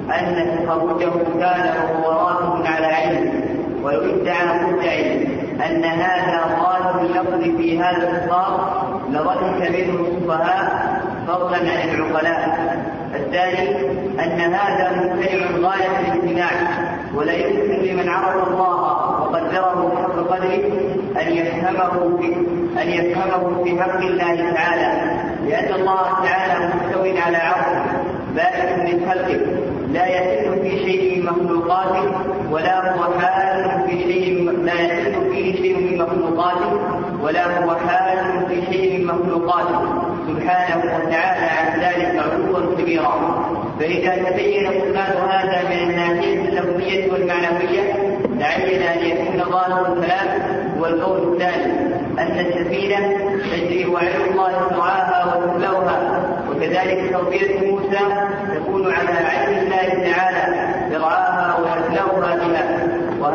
أن تفرجه كان وهو راكب على عينه. ولو ادعى مدعي أن هذا ظاهر اللفظ في هذا الخطاب لضحك منه السفهاء فضلا عن العقلاء. الثاني أن هذا ممتنع غاية الامتناع، ولا يمكن لمن عرف الله وقدره حق قدره أن يفهمه في أن يفهمه في حق الله تعالى، لأن الله تعالى مستوٍ على عرشه بائن من خلقه، لا يحل في شيء من مخلوقاته، ولا هو حال في شيء لا يحل فيه شيء من مخلوقاته، ولا هو حال في شيء من مخلوقاته سبحانه وتعالى عن ذلك علوا كبيرا. فإذا تبين بطلان هذا من الناحية اللفظية والمعنوية لعين أن يكون ظاهر الكلام هو القول الثاني، أن السفينة تجري وعين الله مرعاها وتبلغها، وكذلك تربية موسى تكون على عين الله تعالى يرعاها ويبلغها بها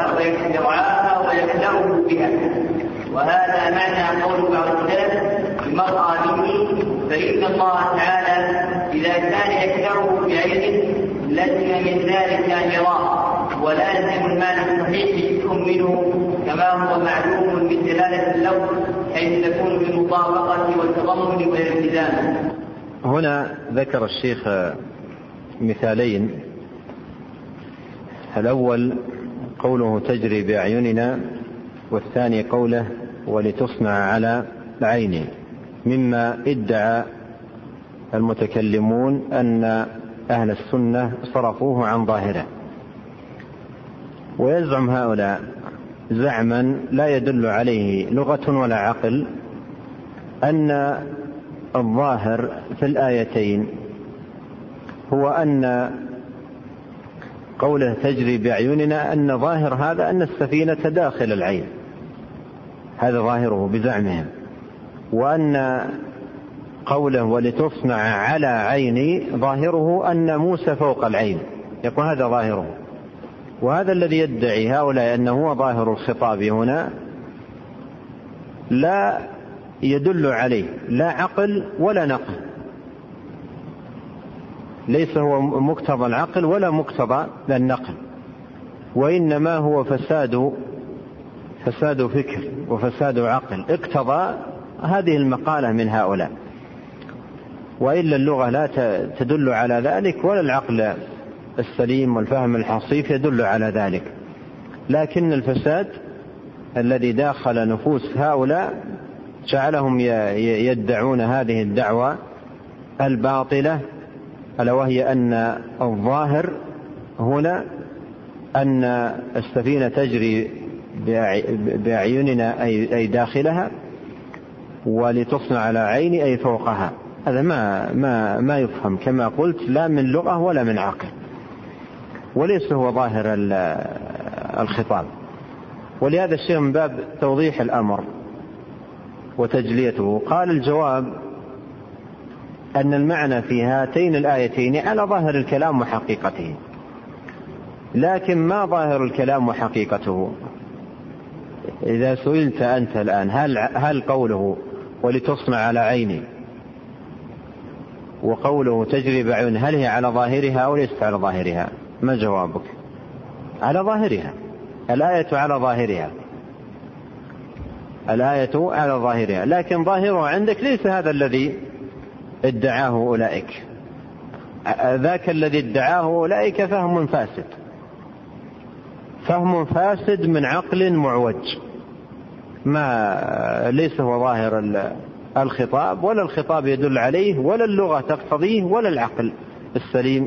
ويرعاها ويبلغه بها. وهذا معنى قول بعض السلف المرأى به، فإن الله تعالى إذا كان يكره بعينه لزم من ذلك أن يراه، ولا يلزم المعنى الصحيح شيء منه كما هو معلوم بدلالة اللفظ حيث تكون بالمطابقة والتضمن والالتزام. هنا ذكر الشيخ مثالين. الأول قوله تجري بأعيننا، والثاني قوله ولتصنع على عيني، مما ادعى المتكلمون أن أهل السنة صرفوه عن ظاهره. ويزعم هؤلاء زعما لا يدل عليه لغة ولا عقل أن الظاهر في الآيتين هو أن قوله تجري بأعيننا أن ظاهر هذا أن السفينة داخل العين، هذا ظاهره بزعمهم، وأن قوله ولتصنع على عيني ظاهره أن موسى فوق العين، يقول هذا ظاهره. وهذا الذي يدعي هؤلاء أنه هو ظاهر الخطاب هنا لا يدل عليه لا عقل ولا نقل، ليس هو مقتضى العقل ولا مقتضى النقل، وإنما هو فساد فساد فكر وفساد عقل اقتضى هذه المقالة من هؤلاء، وإلا اللغة لا تدل على ذلك ولا العقل السليم والفهم الحصيف يدل على ذلك. لكن الفساد الذي داخل نفوس هؤلاء جعلهم يدعون هذه الدعوة الباطلة، ألا وهي أن الظاهر هنا أن السفينة تجري بأعيننا أي داخلها، ولتصنع على عيني أي فوقها. هذا ما ما ما يفهم كما قلت لا من لغة ولا من عقل، وليس هو ظاهر الخطاب. ولهذا الشيء من باب توضيح الأمر وتجليته قال الجواب أن المعنى في هاتين الآيتين على ظاهر الكلام وحقيقته، لكن ما ظاهر الكلام وحقيقته؟ إذا سئلت أنت الآن هل, هل قوله ولتصنع على عيني وقوله تجري بعيون هل هي على ظاهرها أو ليست على ظاهرها؟ ما جوابك؟ على ظاهرها، الآية على ظاهرها، الآية على ظاهرها، لكن ظاهره عندك ليس هذا الذي ادعاه أولئك. ذاك الذي ادعاه أولئك فهم فاسد، فهم فاسد من عقل معوج، ما ليس هو ظاهر الخطاب ولا الخطاب يدل عليه ولا اللغة تقتضيه ولا العقل السليم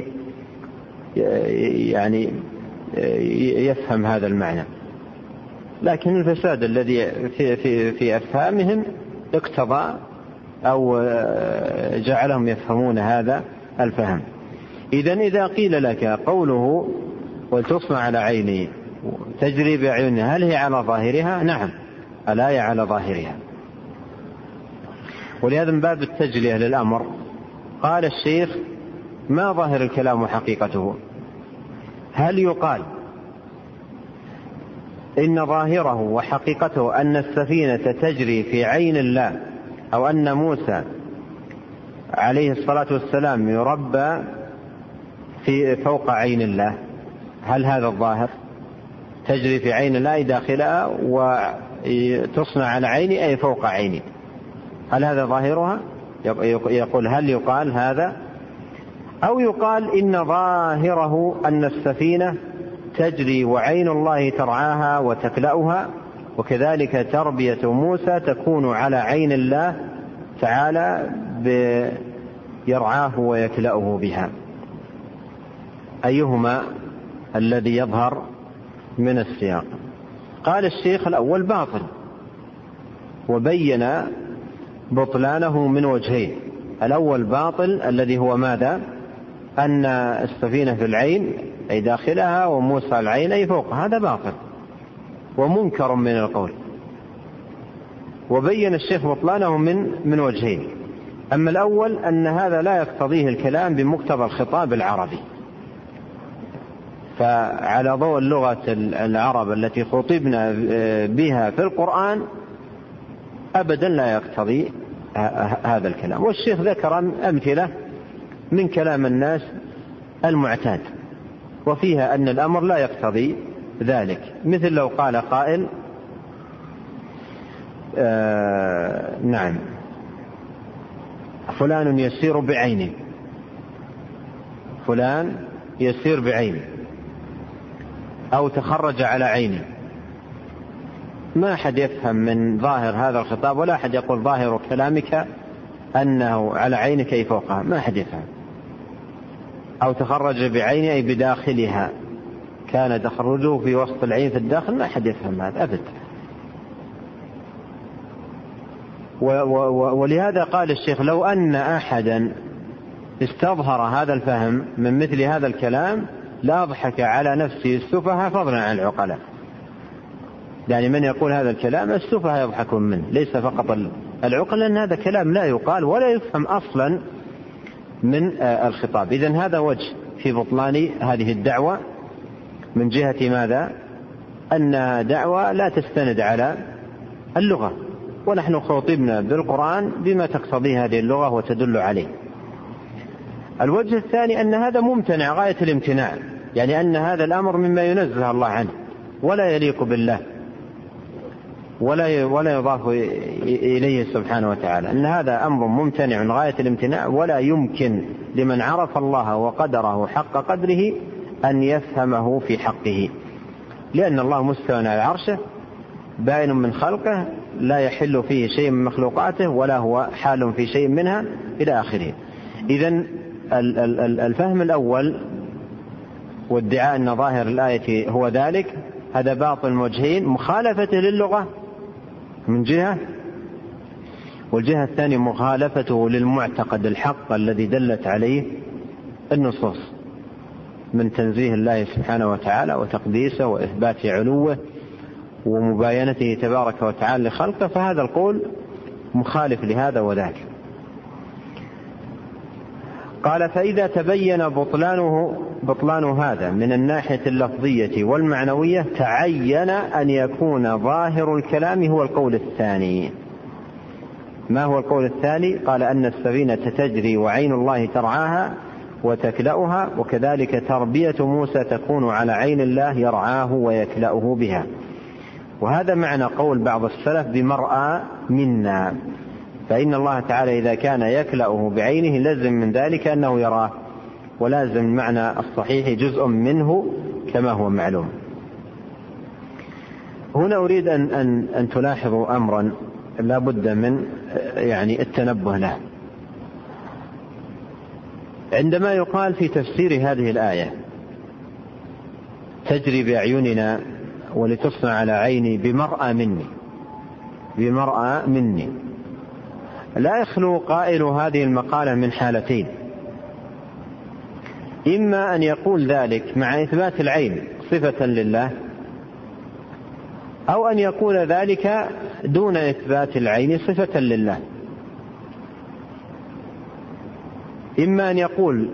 يعني يفهم هذا المعنى. لكن الفساد الذي في, في, في أفهامهم اقتضى أو جعلهم يفهمون هذا الفهم. إذن إذا قيل لك قوله ولتصنع على عيني تجري بعيونها هل هي على ظاهرها؟ نعم، الآية على ظاهرها. ولهذا من باب التجلية للأمر قال الشيخ ما ظاهر الكلام وحقيقته؟ هل يقال إن ظاهره وحقيقته أن السفينة تجري في عين الله، أو أن موسى عليه الصلاة والسلام يربى في فوق عين الله؟ هل هذا الظاهر؟ تجري في عين الله داخلها وتصنع على عيني أي فوق عيني، هل هذا ظاهرها؟ يقول هل يقال هذا؟ أو يقال إن ظاهره أن السفينة تجري وعين الله ترعاها وتكلأها، وكذلك تربية موسى تكون على عين الله تعالى يرعاه ويكلأه بها. أيهما الذي يظهر من السياق؟ قال الشيخ الأول باطل، وبين بطلانه من وجهين. الأول باطل الذي هو ماذا؟ أن السفينة في العين أي داخلها وموسى العين أي فوق، هذا باطل ومنكر من القول. وبين الشيخ بطلانه من من وجهين. أما الأول أن هذا لا يقتضيه الكلام بمقتضى الخطاب العربي، فعلى ضوء اللغة العرب التي خطبنا بها في القرآن أبدا لا يقتضي هذا الكلام. والشيخ ذكر أمثلة من كلام الناس المعتاد، وفيها أن الأمر لا يقتضي ذلك، مثل لو قال قائل آه نعم فلان يسير بعينه، فلان يسير بعينه، أو تخرج على عينه، ما أحد يفهم من ظاهر هذا الخطاب، ولا أحد يقول ظاهر كلامك أنه على عينك أي فوقها، ما أحد يفهم. أو تخرج بعينه أي بداخلها، كان تخرجه في وسط العين في الداخل، ما أحد يفهم هذا أبدا. ولهذا قال الشيخ لو أن أحدا استظهر هذا الفهم من مثل هذا الكلام لأضحك على نفسه السفهاء فضلا عن العقلاء. يعني من يقول هذا الكلام السفهاء يضحكون منه، ليس فقط العقل، لأن هذا كلام لا يقال ولا يفهم أصلا من الخطاب. إذن هذا وجه في بطلان هذه الدعوة من جهة ماذا؟ أنها دعوة لا تستند على اللغة، ونحن خاطبنا بالقرآن بما تقتضي هذه اللغة وتدل عليه. الوجه الثاني أن هذا ممتنع غاية الامتناع، يعني أن هذا الأمر مما ينزه الله عنه ولا يليق بالله ولا ولا يضاف إليه سبحانه وتعالى، أن هذا أمر ممتنع غاية الامتناع، ولا يمكن لمن عرف الله وقدره حق قدره أن يفهمه في حقه، لأن الله مستوى على عرشه باين من خلقه، لا يحل فيه شيء من مخلوقاته ولا هو حال في شيء منها إلى آخره. إذن الفهم الأول وادعاء أن ظاهر الآية هو ذلك هذا باطل من وجهين: مخالفته للغة من جهة، والجهة الثانية مخالفته للمعتقد الحق الذي دلت عليه النصوص من تنزيه الله سبحانه وتعالى وتقديسه وإثبات علوه ومباينته تبارك وتعالى لخلقه، فهذا القول مخالف لهذا وذاك. قال: فإذا تبين بطلانه بطلان هذا من الناحية اللفظية والمعنوية تعين أن يكون ظاهر الكلام هو القول الثاني. ما هو القول الثاني؟ قال: أن السفينة تجري وعين الله ترعاها وتكلأها، وكذلك تربية موسى تكون على عين الله يرعاه ويكلأه بها. وهذا معنى قول بعض السلف بمرأى منا، فإن الله تعالى إذا كان يكلأه بعينه لازم من ذلك أنه يراه، ولازم المعنى الصحيح جزء منه كما هو معلوم. هنا أريد أن, أن, أن تلاحظوا أمرا لا بد من يعني التنبه له. عندما يقال في تفسير هذه الآية تجري بأعيننا ولتصنع على عيني بمرأى مني بمرأى مني لا يخلو قائل هذه المقالة من حالتين: إما أن يقول ذلك مع إثبات العين صفة لله، أو أن يقول ذلك دون إثبات العين صفة لله. إما أن يقول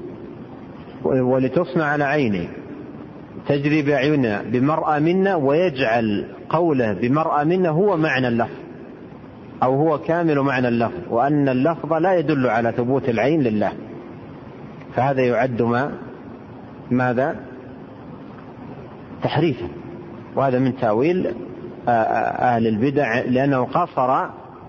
ولتصنع على عيني تجري بأعيننا بمرأى منا ويجعل قوله بمرأى منا هو معنى اللفظ أو هو كامل معنى اللفظ، وأن اللفظ لا يدل على ثبوت العين لله، فهذا يعد ما ماذا؟ تحريفا، وهذا من تأويل أهل البدع، لأنه قصر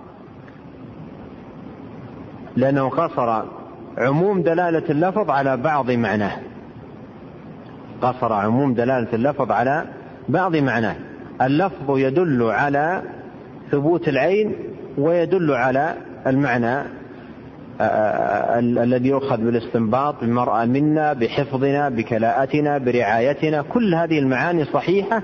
لأنه قصر عموم دلالة اللفظ على بعض معناه قصر عموم دلالة اللفظ على بعض معناه. اللفظ يدل على ثبوت العين ويدل على المعنى الذي يؤخذ بالاستنباط: بمرأى منا، بحفظنا، بكلاءتنا، برعايتنا. كل هذه المعاني صحيحة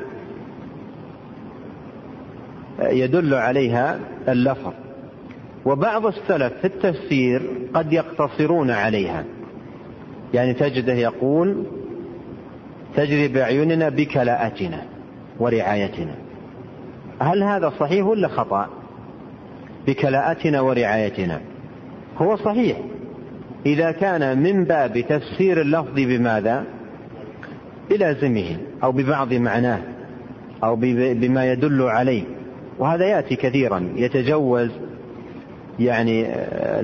يدل عليها اللفظ. وبعض السلف في التفسير قد يقتصرون عليها، يعني تجده يقول تجري بأعيننا بكلاءتنا ورعايتنا. هل هذا صحيح ولا خطأ؟ بكلاءتنا ورعايتنا هو صحيح إذا كان من باب تفسير اللفظ بماذا؟ بلازمه أو ببعض معناه أو بما يدل عليه، وهذا يأتي كثيرا، يتجوز يعني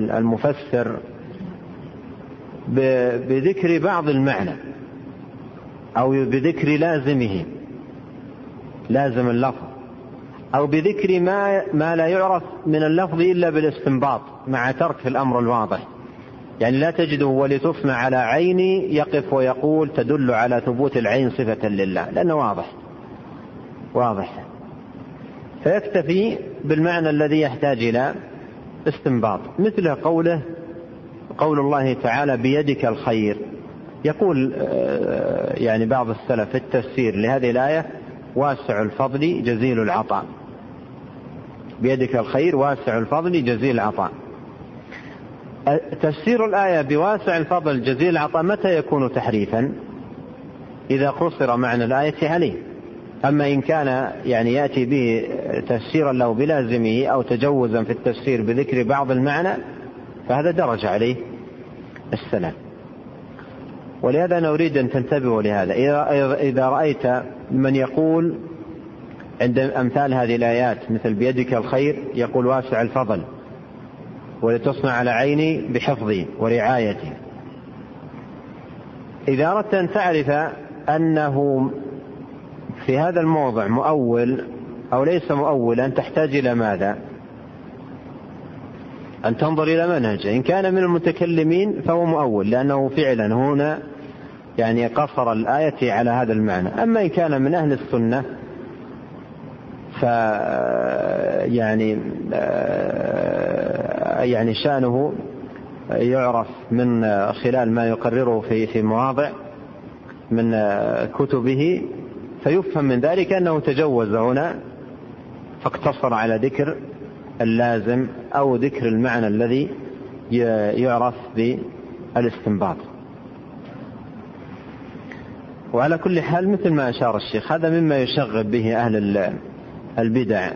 المفسر بذكر بعض المعنى أو بذكر لازمه لازم اللفظ، أو بذكر ما, ما لا يعرف من اللفظ إلا بالاستنباط مع ترك الأمر الواضح. يعني لا تجده ولتصنع على عيني يقف ويقول تدل على ثبوت العين صفة لله، لأنه واضح واضح، فيكتفي بالمعنى الذي يحتاج إلى استنباط. مثل قوله قول الله تعالى بيدك الخير. يقول يعني بعض السلف في التفسير لهذه الآية واسع الفضل جزيل العطاء، بيدك الخير واسع الفضل جزيل العطاء. تفسير الآية بواسع الفضل جزيل العطاء متى يكون تحريفا؟ إذا قصر معنى الآية عليه. أما إن كان يعني يأتي به تفسيرا له بلازمه أو تجوزا في التفسير بذكر بعض المعنى فهذا درج عليه السلام. ولهذا أنا أريد أن تنتبهوا لهذا. إذا رأيت من يقول عند أمثال هذه الآيات مثل بيدك الخير يقول واسع الفضل ولتصنع على عيني بحفظي ورعايتي، إذا أردت أن تعرف أنه في هذا الموضع مؤول أو ليس مؤولا تحتاج إلى ماذا؟ أن تنظر إلى منهجه. إن كان من المتكلمين فهو مؤول لأنه فعلا هنا يعني قصر الآية على هذا المعنى. أما إن كان من أهل السنة ف يعني يعني شأنه يعرف من خلال ما يقرره في في مواضع من كتبه، فيفهم من ذلك أنه تجوز هنا فاقتصر على ذكر اللازم أو ذكر المعنى الذي يعرف بالاستنباط. وعلى كل حال مثل ما أشار الشيخ هذا مما يشغب به أهل البدع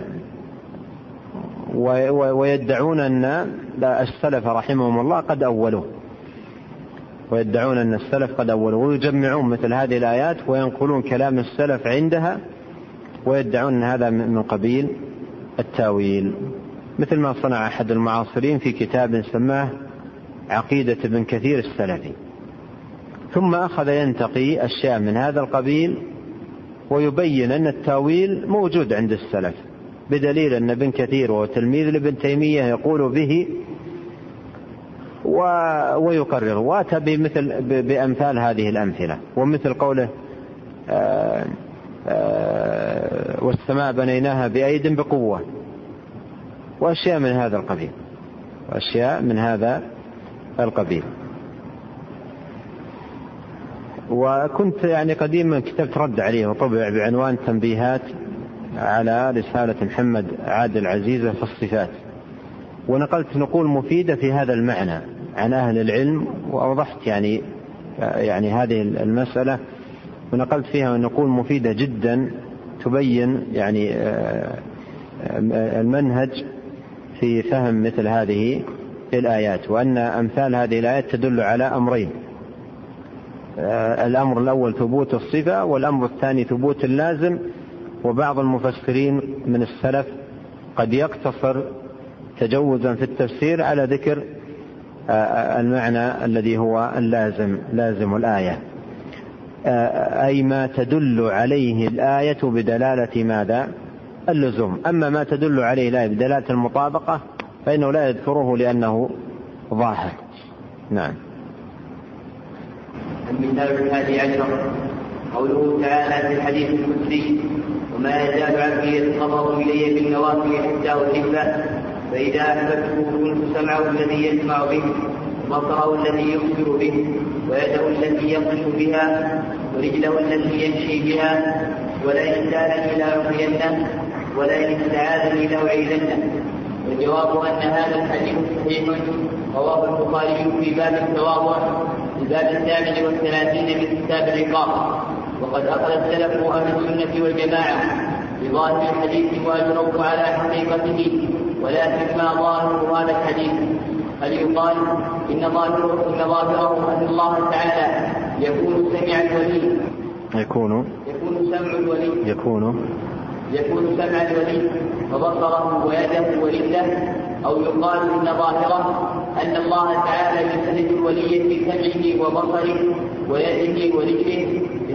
ويدعون أن السلف رحمهم الله قد أولوه، ويدعون أن السلف قد أولوه ويجمعون مثل هذه الآيات وينقلون كلام السلف عندها ويدعون أن هذا من قبيل التاويل، مثل ما صنع أحد المعاصرين في كتاب سماه عقيدة ابن كثير السلفي، ثم أخذ ينتقي أشياء من هذا القبيل ويبين أن التاويل موجود عند السلف، بدليل أن ابن كثير وتلميذ لابن تيمية يقول به ويقرر، واتى بمثل بأمثال هذه الأمثلة، ومثل قوله آآ آآ والسماء بنيناها بأيد بقوة، وأشياء من هذا القبيل وأشياء من هذا القبيل. وكنت يعني قديما كتبت رد عليه وطبع بعنوان تنبيهات على رسالة محمد عادل عزيزة في الصفات، ونقلت نقول مفيدة في هذا المعنى عن أهل العلم، وأوضحت يعني يعني هذه المسألة ونقلت فيها نقول مفيدة جدا تبين يعني المنهج في فهم مثل هذه الآيات، وأن أمثال هذه الآيات تدل على أمرين: الأمر الأول ثبوت الصفة، والأمر الثاني ثبوت اللازم. وبعض المفسرين من السلف قد يقتصر تجوزا في التفسير على ذكر المعنى الذي هو اللازم لازم الآية، أي ما تدل عليه الآية بدلالة ماذا؟ اللزوم. أما ما تدل عليه الآية بدلالة المطابقة فإنه لا يذكره لأنه ظاهر. نعم. المثال الحادي عشر قوله تعالى في الحديث القدسي: وما يزال عبدي يتقرب إلي بالنوافل حتى أحبه، فإذا أحببته كنت سمعه الذي يسمع به، وبصره الذي يبصر به، ويده التي يبطش بها، ورجله التي يمشي بها، ولئن سألني لأعطينه، ولئن استعاذني لأعيذنه. والجواب أن هذا الحديث صحيح رواه البخاري في باب التواضع الباب الثامن والثلاثين من كتاب العقاب. وقد أخذ السلف أهل السنة والجماعة بظاهر الحديث وأجروه على حقيقته، ولكن ما ظاهر هذا الحديث؟ هل يقال إن ظاهره إن ظاهره أن الله تعالى يكون سميع الولي يكون يكون سمع الولي يكون يكون سمع الولي وبصره ويده ورجله، أو يقال إن ظاهره أن الله تعالى يسند الولي في سمعه وبصره ويده ورجله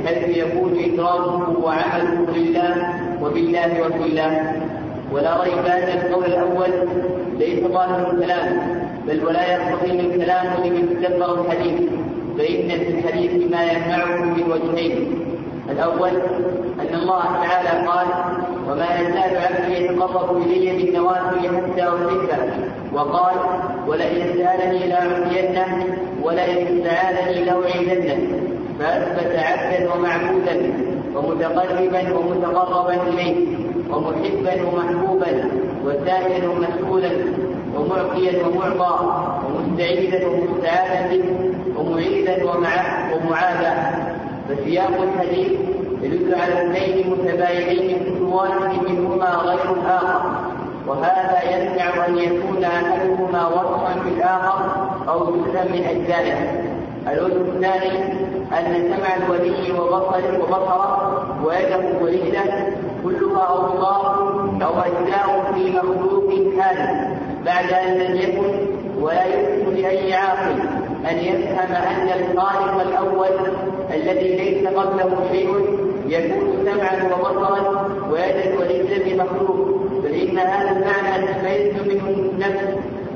بحيث يكون إقراره وعمله لله وبالله وفي الله. ولا ريب أن القول الأول ليس ظاهر الكلام، بل ولا يقتضي من كلام لمن تدبر الحديث، فإن في الحديث ما يمنعه من وجهين. الأول أن الله تعالى قال: وما يزال عبدي يتقرب إلي بالنوافل حتى أحبه، وقال: ولئن سألني لأعطينه ولئن استعاذني لأعيذنه. فأثبت عبدا ومعبودا ومتقربا ومتقربا إليه ومحبا ومحبوبا وسائلا ومسؤولا ومعطيا ومعطى ومستعيذا ومستعاذا به ومعيذا ومعاذا. فسياق الحديث يدل على اثنين متباينين كل واحد منهما غير الآخر، وهذا يمنع أن يكون أحدهما وصفا في الآخر أو جزءا من أجزائه. الوجه الثاني أن سمع الولي وبصره وبصره ويده ورجله كلها أوصاف أو أجزاء في مخلوق حادث، بعد أن لم يكن ولا يمكن لأي عاقل أن يفهم أن الخالق الأول الذي ليس قبله شيء يكون سمعا وبصرا ويدا ورجلا بمخلوق، بل إن هذا المعنى تستلزم منه النفس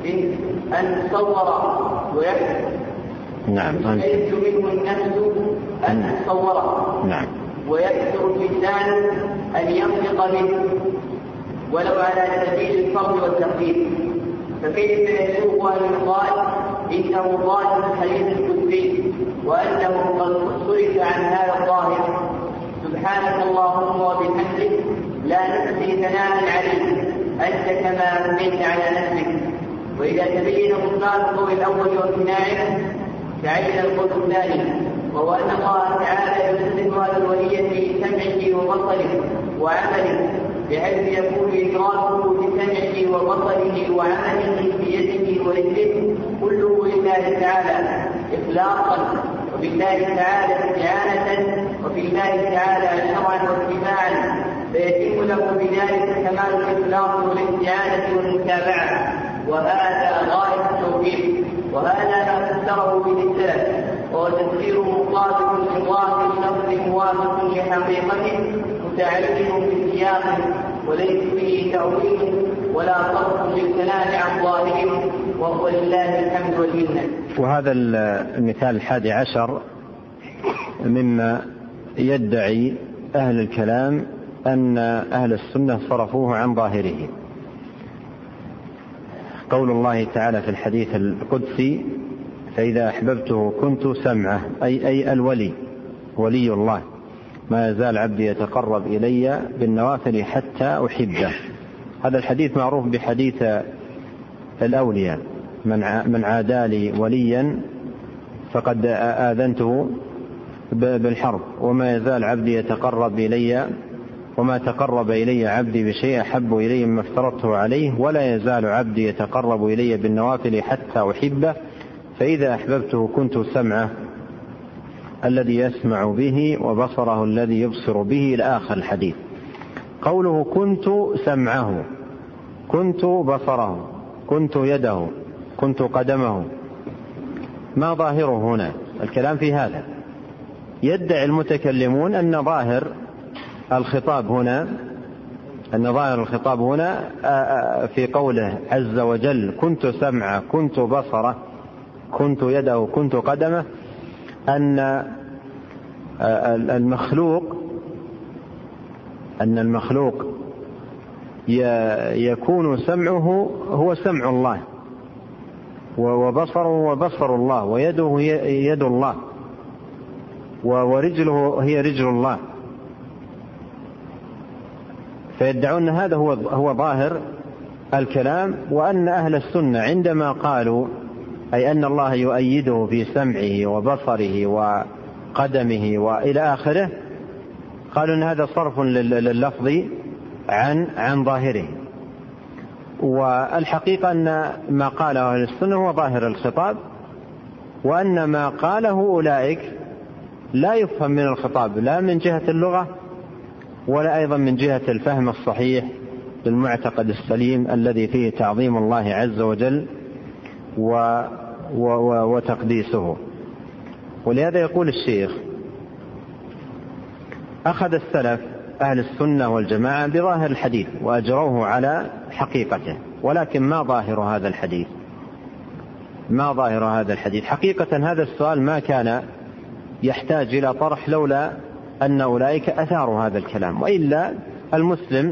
أن تصور ويحدث. نعم. تستلزم منه النفس أن تصور. نعم. ويكثر اللسان أن ينطق منه ولو على سبيل الفرض والتخفيف. فكيف يسوق أن يقال إنه ظاهر الحديث القدسي وأنه قد صرف عن هذا الظاهر؟ سبحانك اللهم وبحمدك لا نحصي ثناء عليك أنت كما أثنيت على نفسك. وإذا تبين بطلان القول الأول وامتناعه تعين القول الثاني، وهو أن الله تعالى يسلم هذا الولي في سمعه وبصره وعمله، بحيث يكون إدراكه بسمعه وبصره وعمله بيده ورجله كله لله تعالى إخلاصا، وبالله تعالى استعانة، وفي الله تعالى شرعا واتباعا، فيتم له بذلك كمال الإخلاص والاستعانة والمتابعة. وهذا غاية التوفيق، وهذا لا تفسره بالسلف، وهو تفسير مقابل لظاهر اللفظ موافق لحقيقته متعلم بالسياق، وليس به تأويل ولا صرف للكلام عن ظاهره، وهو لله الحمد والمنة. وهذا المثال الحادي عشر مما يدعي أهل الكلام أن أهل السنة صرفوه عن ظاهره. قول الله تعالى في الحديث القدسي: فإذا أحببته كنت سمعه، أي, أي الولي ولي الله، ما يزال عبدي يتقرب إلي بالنوافل حتى أحبه. هذا الحديث معروف بحديث الأولياء: من عادى لي وليا فقد آذنته بالحرب، وما يزال عبدي يتقرب إلي، وما تقرب إلي عبدي بشيء أحب إلي مما افترضته عليه، ولا يزال عبدي يتقرب إلي بالنوافل حتى أحبه، فإذا أحببته كنت سمعه الذي يسمع به وبصره الذي يبصر به إلى آخر الحديث. قوله كنت سمعه، كنت بصره، كنت يده، كنت قدمه، ما ظاهره هنا؟ الكلام في هذا. يدعي المتكلمون أن ظاهر الخطاب هنا أن ظاهر الخطاب هنا في قوله عز وجل: كنت سمعه، كنت بصره، كنت يده، كنت قدمه، أن المخلوق أن المخلوق يكون سمعه هو سمع الله، وبصره هو بصر الله، ويده هي يد الله، ورجله هي رجل الله. فيدعون هذا هو هو ظاهر الكلام، وأن أهل السنة عندما قالوا أي أن الله يؤيده في سمعه وبصره وقدمه وإلى آخره، قالوا أن هذا صرف لللفظ عن عن ظاهره. والحقيقة أن ما قاله أهل السنة هو ظاهر الخطاب، وأن ما قاله أولئك لا يفهم من الخطاب لا من جهة اللغة ولا أيضا من جهة الفهم الصحيح للمعتقد السليم الذي فيه تعظيم الله عز وجل و و وتقديسه. ولهذا يقول الشيخ: أخذ السلف أهل السنة والجماعة بظاهر الحديث وأجروه على حقيقته، ولكن ما ظاهر هذا الحديث؟ ما ظاهر هذا الحديث؟ حقيقة هذا السؤال ما كان يحتاج إلى طرح لولا أن أولئك أثاروا هذا الكلام، وإلا المسلم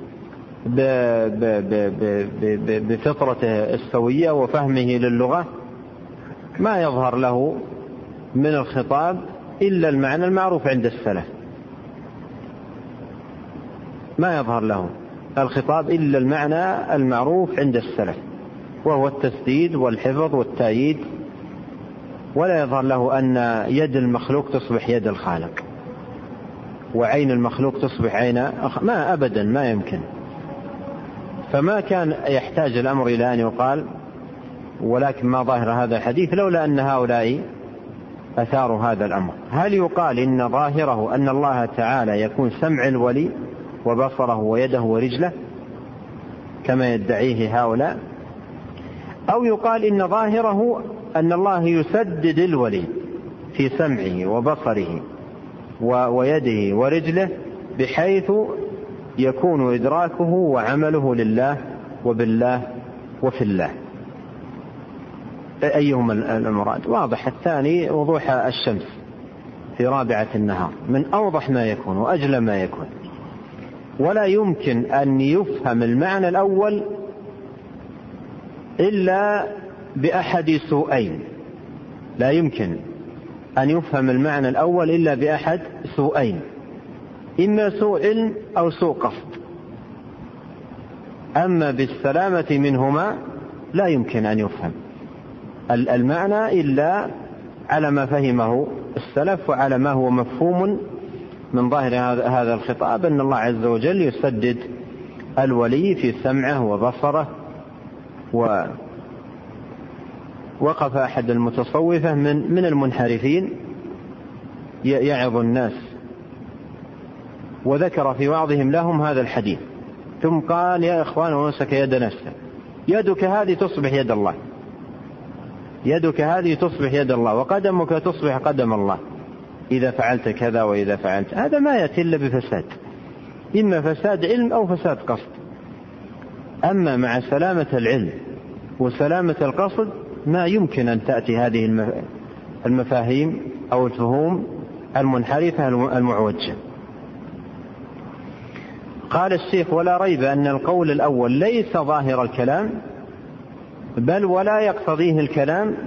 بفطرته السوية وفهمه للغة ما يظهر له من الخطاب إلا المعنى المعروف عند السلف، ما يظهر له الخطاب إلا المعنى المعروف عند السلف، وهو التسديد والحفظ والتأييد، ولا يظهر له أن يد المخلوق تصبح يد الخالق، وعين المخلوق تصبح عين أخ... ما أبدا ما يمكن. فما كان يحتاج الأمر إلى أن يقال ولكن ما ظاهر هذا الحديث لولا أن هؤلاء أثاروا هذا الأمر. هل يقال إن ظاهره أن الله تعالى يكون سمع الولي وبصره ويده ورجله كما يدعيه هؤلاء، أو يقال إن ظاهره أن الله يسدد الولي في سمعه وبصره ويده ورجله بحيث يكون إدراكه وعمله لله وبالله وفي الله؟ أيهما المراد؟ واضح الثاني وضوح الشمس في رابعة النهار، من أوضح ما يكون وأجل ما يكون. ولا يمكن أن يفهم المعنى الأول إلا بأحد سوءين، لا يمكن أن يفهم المعنى الأول إلا بأحد سوءين، إما سوء علم أو سوء قصد. أما بالسلامة منهما لا يمكن أن يفهم المعنى إلا على ما فهمه السلف وعلى ما هو مفهوم من ظاهر هذا الخطاب، أن الله عز وجل يسدد الولي في سمعه وبصره. ووقف أحد المتصوفة من من المنحرفين يعظ الناس وذكر في وعظهم لهم هذا الحديث، ثم قال: يا إخوان، ومسك يد نفسه، يدك هذه تصبح يد الله، يدك هذه تصبح يد الله، وقدمك تصبح قدم الله إذا فعلت كذا وإذا فعلت. هذا ما يأتي إلا بفساد، إما فساد علم أو فساد قصد. أما مع سلامة العلم وسلامة القصد ما يمكن أن تأتي هذه المفاهيم أو الفهوم المنحرفة المعوجة. قال الشيخ: ولا ريب أن القول الأول ليس ظاهر الكلام، بل ولا يقتضيه الكلام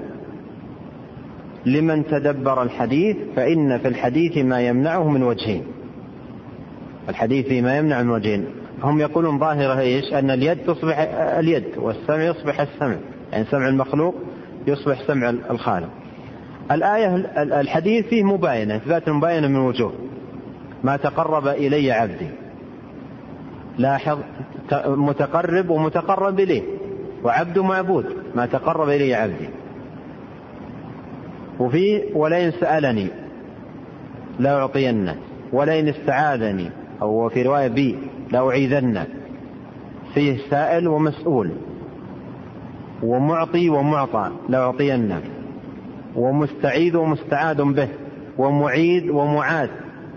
لمن تدبر الحديث، فإن في الحديث ما يمنعه من وجهين. الحديث ما يمنع من وجهين. هم يقولون ظاهره إيش؟ أن اليد تصبح اليد والسمع يصبح السمع، يعني سمع المخلوق يصبح سمع الخالق. الآية الحديث فيه مباينة، إثبات مباينة من وجوه. ما تقرب إلي عبدي، لاحظ متقرب ومتقرب إليه، وعبد معبود، ما تقرب إلي عبدي. وفي ولئن سألني لا أعطينه، ولئن استعاذني، أو في رواية بي لا أعيذنه، فيه سائل ومسؤول، ومعطي ومعطى لا أعطينه، ومستعيذ ومستعاذ به، ومعيد ومعاذ.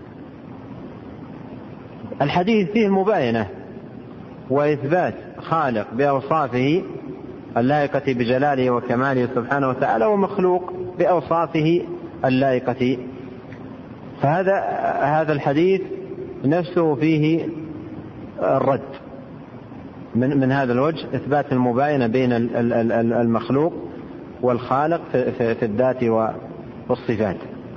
الحديث فيه مباينة وإثبات خالق بأوصافه اللائقة بجلاله وكماله سبحانه وتعالى، ومخلوق بأوصافه اللائقة. فهذا هذا الحديث نفسه فيه الرد من من هذا الوجه، إثبات المباينة بين المخلوق والخالق في الذات والصفات.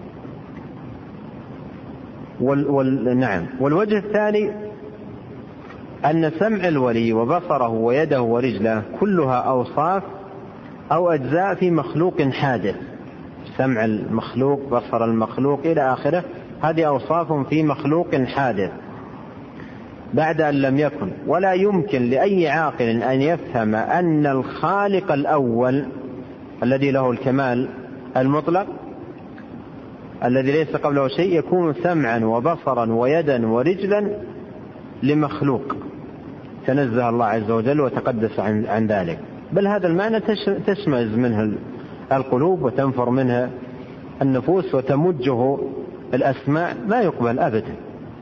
وال نعم. والوجه الثاني أن سمع الولي وبصره ويده ورجله كلها أوصاف أو أجزاء في مخلوق حادث. سمع المخلوق، بصر المخلوق إلى آخره، هذه أوصاف في مخلوق حادث بعد أن لم يكن. ولا يمكن لأي عاقل أن يفهم أن الخالق الأول الذي له الكمال المطلق الذي ليس قبله شيء يكون سمعا وبصرا ويدا ورجلا لمخلوق تنزه الله عز وجل وتقدس عن, عن ذلك. بل هذا المعنى تشمئز منه القلوب وتنفر منه النفوس وتمجه الأسماع، ما يقبل أبدا.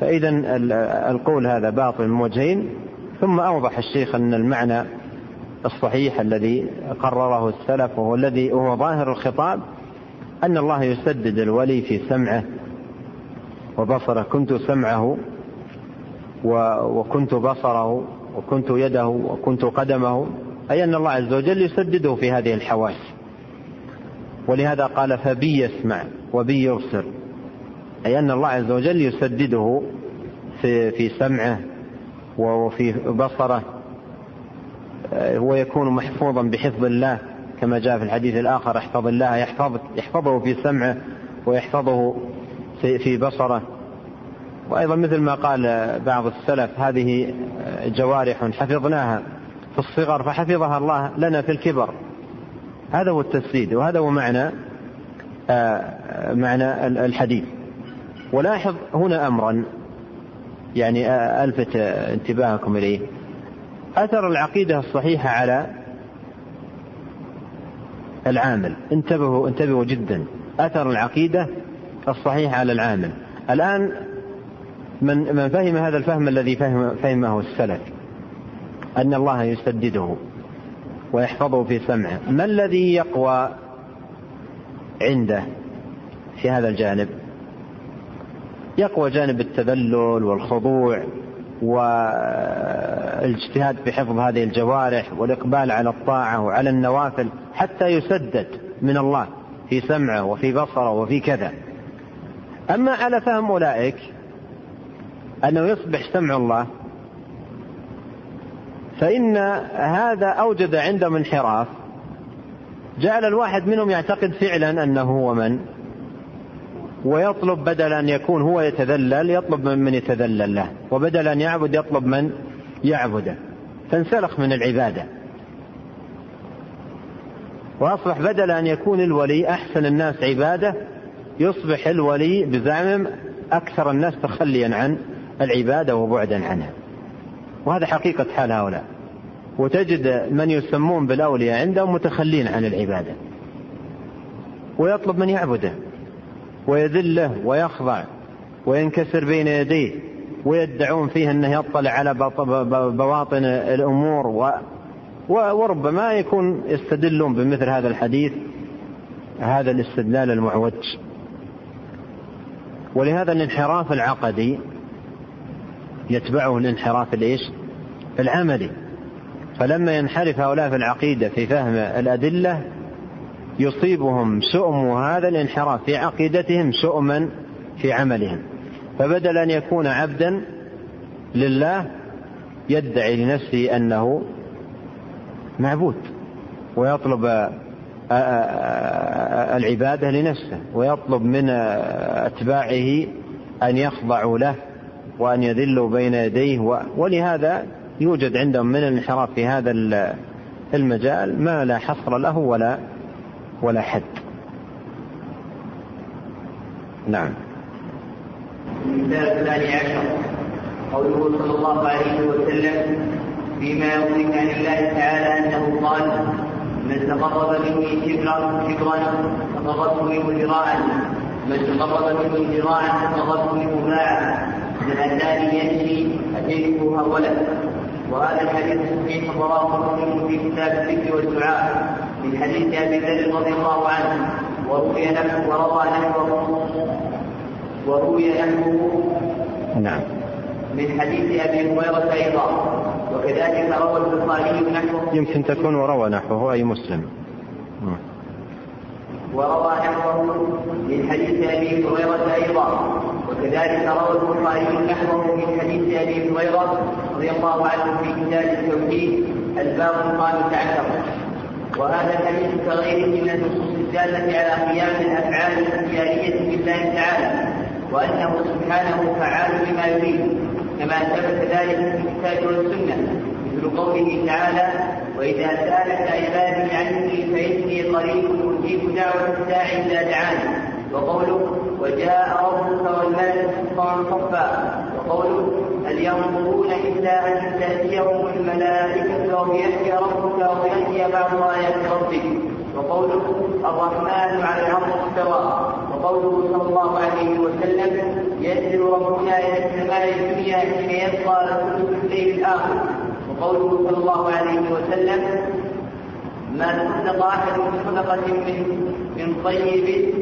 فإذا القول هذا باطل من وجهين. ثم أوضح الشيخ أن المعنى الصحيح الذي قرره السلف وهو الذي هو ظاهر الخطاب أن الله يسدد الولي في سمعه وبصره. كنت سمعه وكنت بصره وكنت يده وكنت قدمه، أي أن الله عز وجل يسدده في هذه الحواس. ولهذا قال فبي يسمع وبي يبصر، أي أن الله عز وجل يسدده في, في سمعه وفي بصره، ويكون محفوظا بحفظ الله كما جاء في الحديث الآخر احفظ الله يحفظ يحفظه في سمعه ويحفظه في, في بصره. وأيضا مثل ما قال بعض السلف هذه جوارح حفظناها في الصغر فحفظها الله لنا في الكبر. هذا هو التسديد، وهذا هو معنى آه معنى الحديث. ولاحظ هنا أمرا يعني آه ألفت انتباهكم إليه، أثر العقيدة الصحيحة على العامل. انتبهوا انتبهوا جدا، أثر العقيدة الصحيحة على العامل. الآن من من فهم هذا الفهم الذي فهم فهمه السلف أن الله يسدده ويحفظه في سمعه، ما الذي يقوى عنده في هذا الجانب؟ يقوى جانب التذلل والخضوع والاجتهاد في حفظ هذه الجوارح والإقبال على الطاعة وعلى النوافل حتى يسدد من الله في سمعه وفي بصره وفي كذا. أما على فهم أولئك أنه يصبح سمع الله، فإن هذا أوجد عندهم انحراف، جعل الواحد منهم يعتقد فعلا أنه هو من، ويطلب بدل أن يكون هو يتذلل يطلب من من يتذلل له، وبدل أن يعبد يطلب من يعبده، فانسلخ من العبادة. وأصبح بدل أن يكون الولي أحسن الناس عبادة يصبح الولي بزعمهم أكثر الناس تخليا عن العبادة وبعدا عنها. وهذا حقيقة حال هؤلاء. وتجد من يسمون بالأولياء عندهم متخلين عن العبادة، ويطلب من يعبده ويذله ويخضع وينكسر بين يديه، ويدعون فيه أنه يطلع على بواطن الأمور، وربما يكون يستدلون بمثل هذا الحديث هذا الاستدلال المعوج. ولهذا الانحراف العقدي يتبعه الانحراف الإيش؟ العملي. فلما ينحرف هؤلاء في العقيدة في فهم الأدلة يصيبهم شؤم هذا الانحراف في عقيدتهم شؤما في عملهم، فبدل أن يكون عبدا لله يدعي لنفسه أنه معبود، ويطلب العبادة لنفسه، ويطلب من أتباعه أن يخضعوا له وأن يذلوا بين يديه. ولهذا يوجد عندهم من الانحراف في هذا المجال ما لا حصر له ولا ولا حد. نعم. المثال الثاني عشر قوله صلى الله عليه وسلم فيما يروي عن الله تعالى أنه قال من تقرب مني شبرا شبرا تقربت منه ذراعا، من تقرب مني ذراعا تقربت منه باعا، من أتاني يمشي أتيته هرولا. وهذا الحديث صحيح رواه مسلم في كتاب الذكر والدعاء من حديث أبي ذر رضي الله عنه، وروي نحوه وروى نحوه وروي نحوه نعم من حديث أبي هريرة أيضا، وكذلك روى البخاري نحوه. يمكن تكون وروى نحوه أي مسلم. وروى نحوه من حديث أبي هريرة أيضا، وكذلك روى البخاري نحوه من حديث أبي هريرة رضي الله عنه في كتاب التوحيد الباب الخامس عشر. وهذا الحديث كغيره من النصوص الدالة على قيام الأفعال الاختيارية بالله تعالى، وأنه سبحانه فعال بما يريد، كما ثبت ذلك في الكتاب والسنة، مثل قوله تعالى وإذا سألك عبادي عني فإني قريب أجيب دعوة الداعي إذا دعاني، وقوله وجاء ربك والملك صفا صفا، وقوله هل ينظرون إلا أن تأتيهم الملائكة أو يأتي ربك أو يأتي بعض آيات ربك، وقوله الرحمن على العرش استوى، وقوله صلى الله عليه وسلم ينزل ربنا إلى السماء الدنيا حين يبقى ثلث الليل الآخر. وقوله صلى الله عليه وسلم: ما تصدق أحد من صدقة من من طيب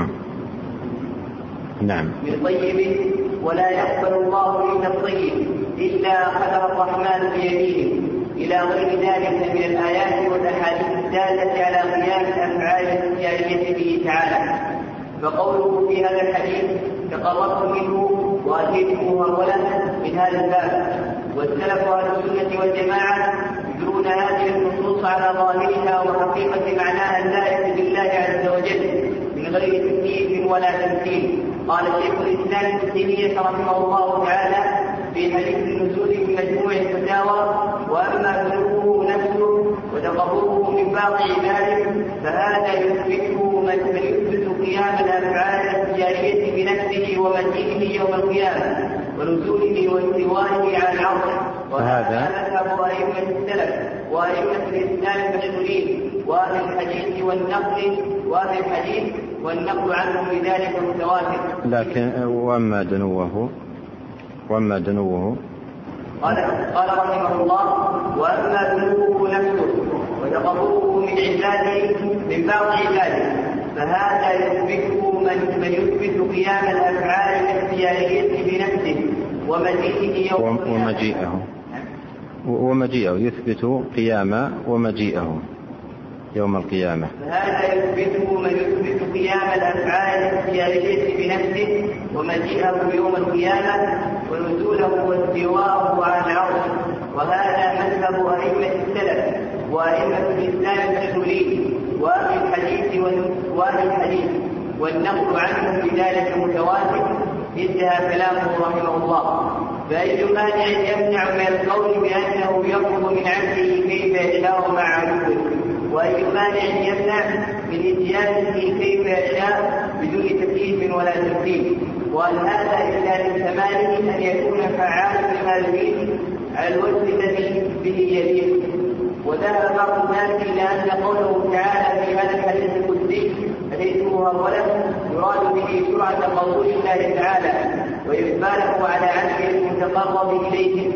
نعم من طيب ولا يقبل الله إلا الطيب إلا أخذ الرحمن بيمينه، إلى غير ذلك من الآيات والأحاديث الدالة على قيام الأفعال الجارية به تعالى. فقوله في هذا الحديث: تقربت منه وأتيته أولا من هذا الباب. والسلف أهل السنة والجماعة يدرون هذه النصوص على ظاهرها وحقيقة معناها اللائق بالله عز وجل من غير تكييف ولا تمثيل. قال شيخ الإسلام ابن تيمية رحمه الله تعالى في حديث النزول في مجموع الفتاوى: وأما بلوغه نفسه وتقربه من باقي عباده فهذا يثبته من يثبت قيام الأفعال الجارية بنفسه ومجيئه يوم القيامة ونزوله واستوائه على العرش. وهذا مذهب أئمة السلف وأئمة الإسلام المشهورين وأهل الحديث والنقل وأهل الحديث والنقل عنهم بذلك متواتر. لكن وأما دنوه وأما دنوه قال قال رحمه الله: وأما دنوه نفسه وتقربه من عباده من بعض عباده فهذا يثبته من من يثبت قيام الأفعال الاختيارية بنفسه ومجيئه يوم ومجيئه ومجيئه يثبت قيام ومجيئه يوم القيامة. فهذا يثبته من يثبت قيام الأفعال الاختيارية بنفسه ومجيئه يوم القيامة ونزوله واستواءه على العرش. وهذا مذهب أئمة السلف وأئمة الإسلام المشهورين وأهل الحديث وأهل الحديث والنقل عنهم بذلك متواتر. انتهى كلامه رحمه الله. فأي مانع يمنع من القول بأنه يطلب من عبده كيف يشاء مع عدوه، وأي مانع يمنع من إتيانه كيف يشاء بدون تكليف ولا تمثيل. وأن هذا إلا من كماله أن يكون فعالا لما يريد على الوجه الذي به يليق. وذهب بعض الناس إلى أن قوله تعالى في هذا الحديث القدسي: أتيتموها ولد يراد به سرعة قول الله تعالى وإقباله على عبده المتقرب إليه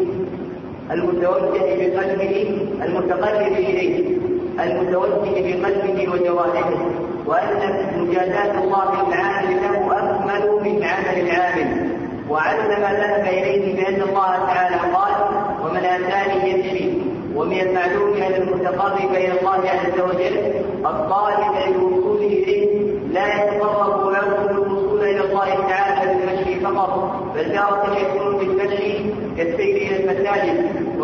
المتوجه بقلبه المتقرب إليه المتوجه بقلبه وجوارحه، وأن مجازاة الله العامل له أكمل من عمل العامل. وعلم ما ذهب إليه بأن الله تعالى قال: ومن آتاني يمشي. ومن المعلوم أن المتقرب إلى الله عز وجل الطالب للوصول إليه لا يتقرب له الوصول إلى الله تعالى بالمشي فقط، بل تارة يكون بالمشي كالسير إلى المساجد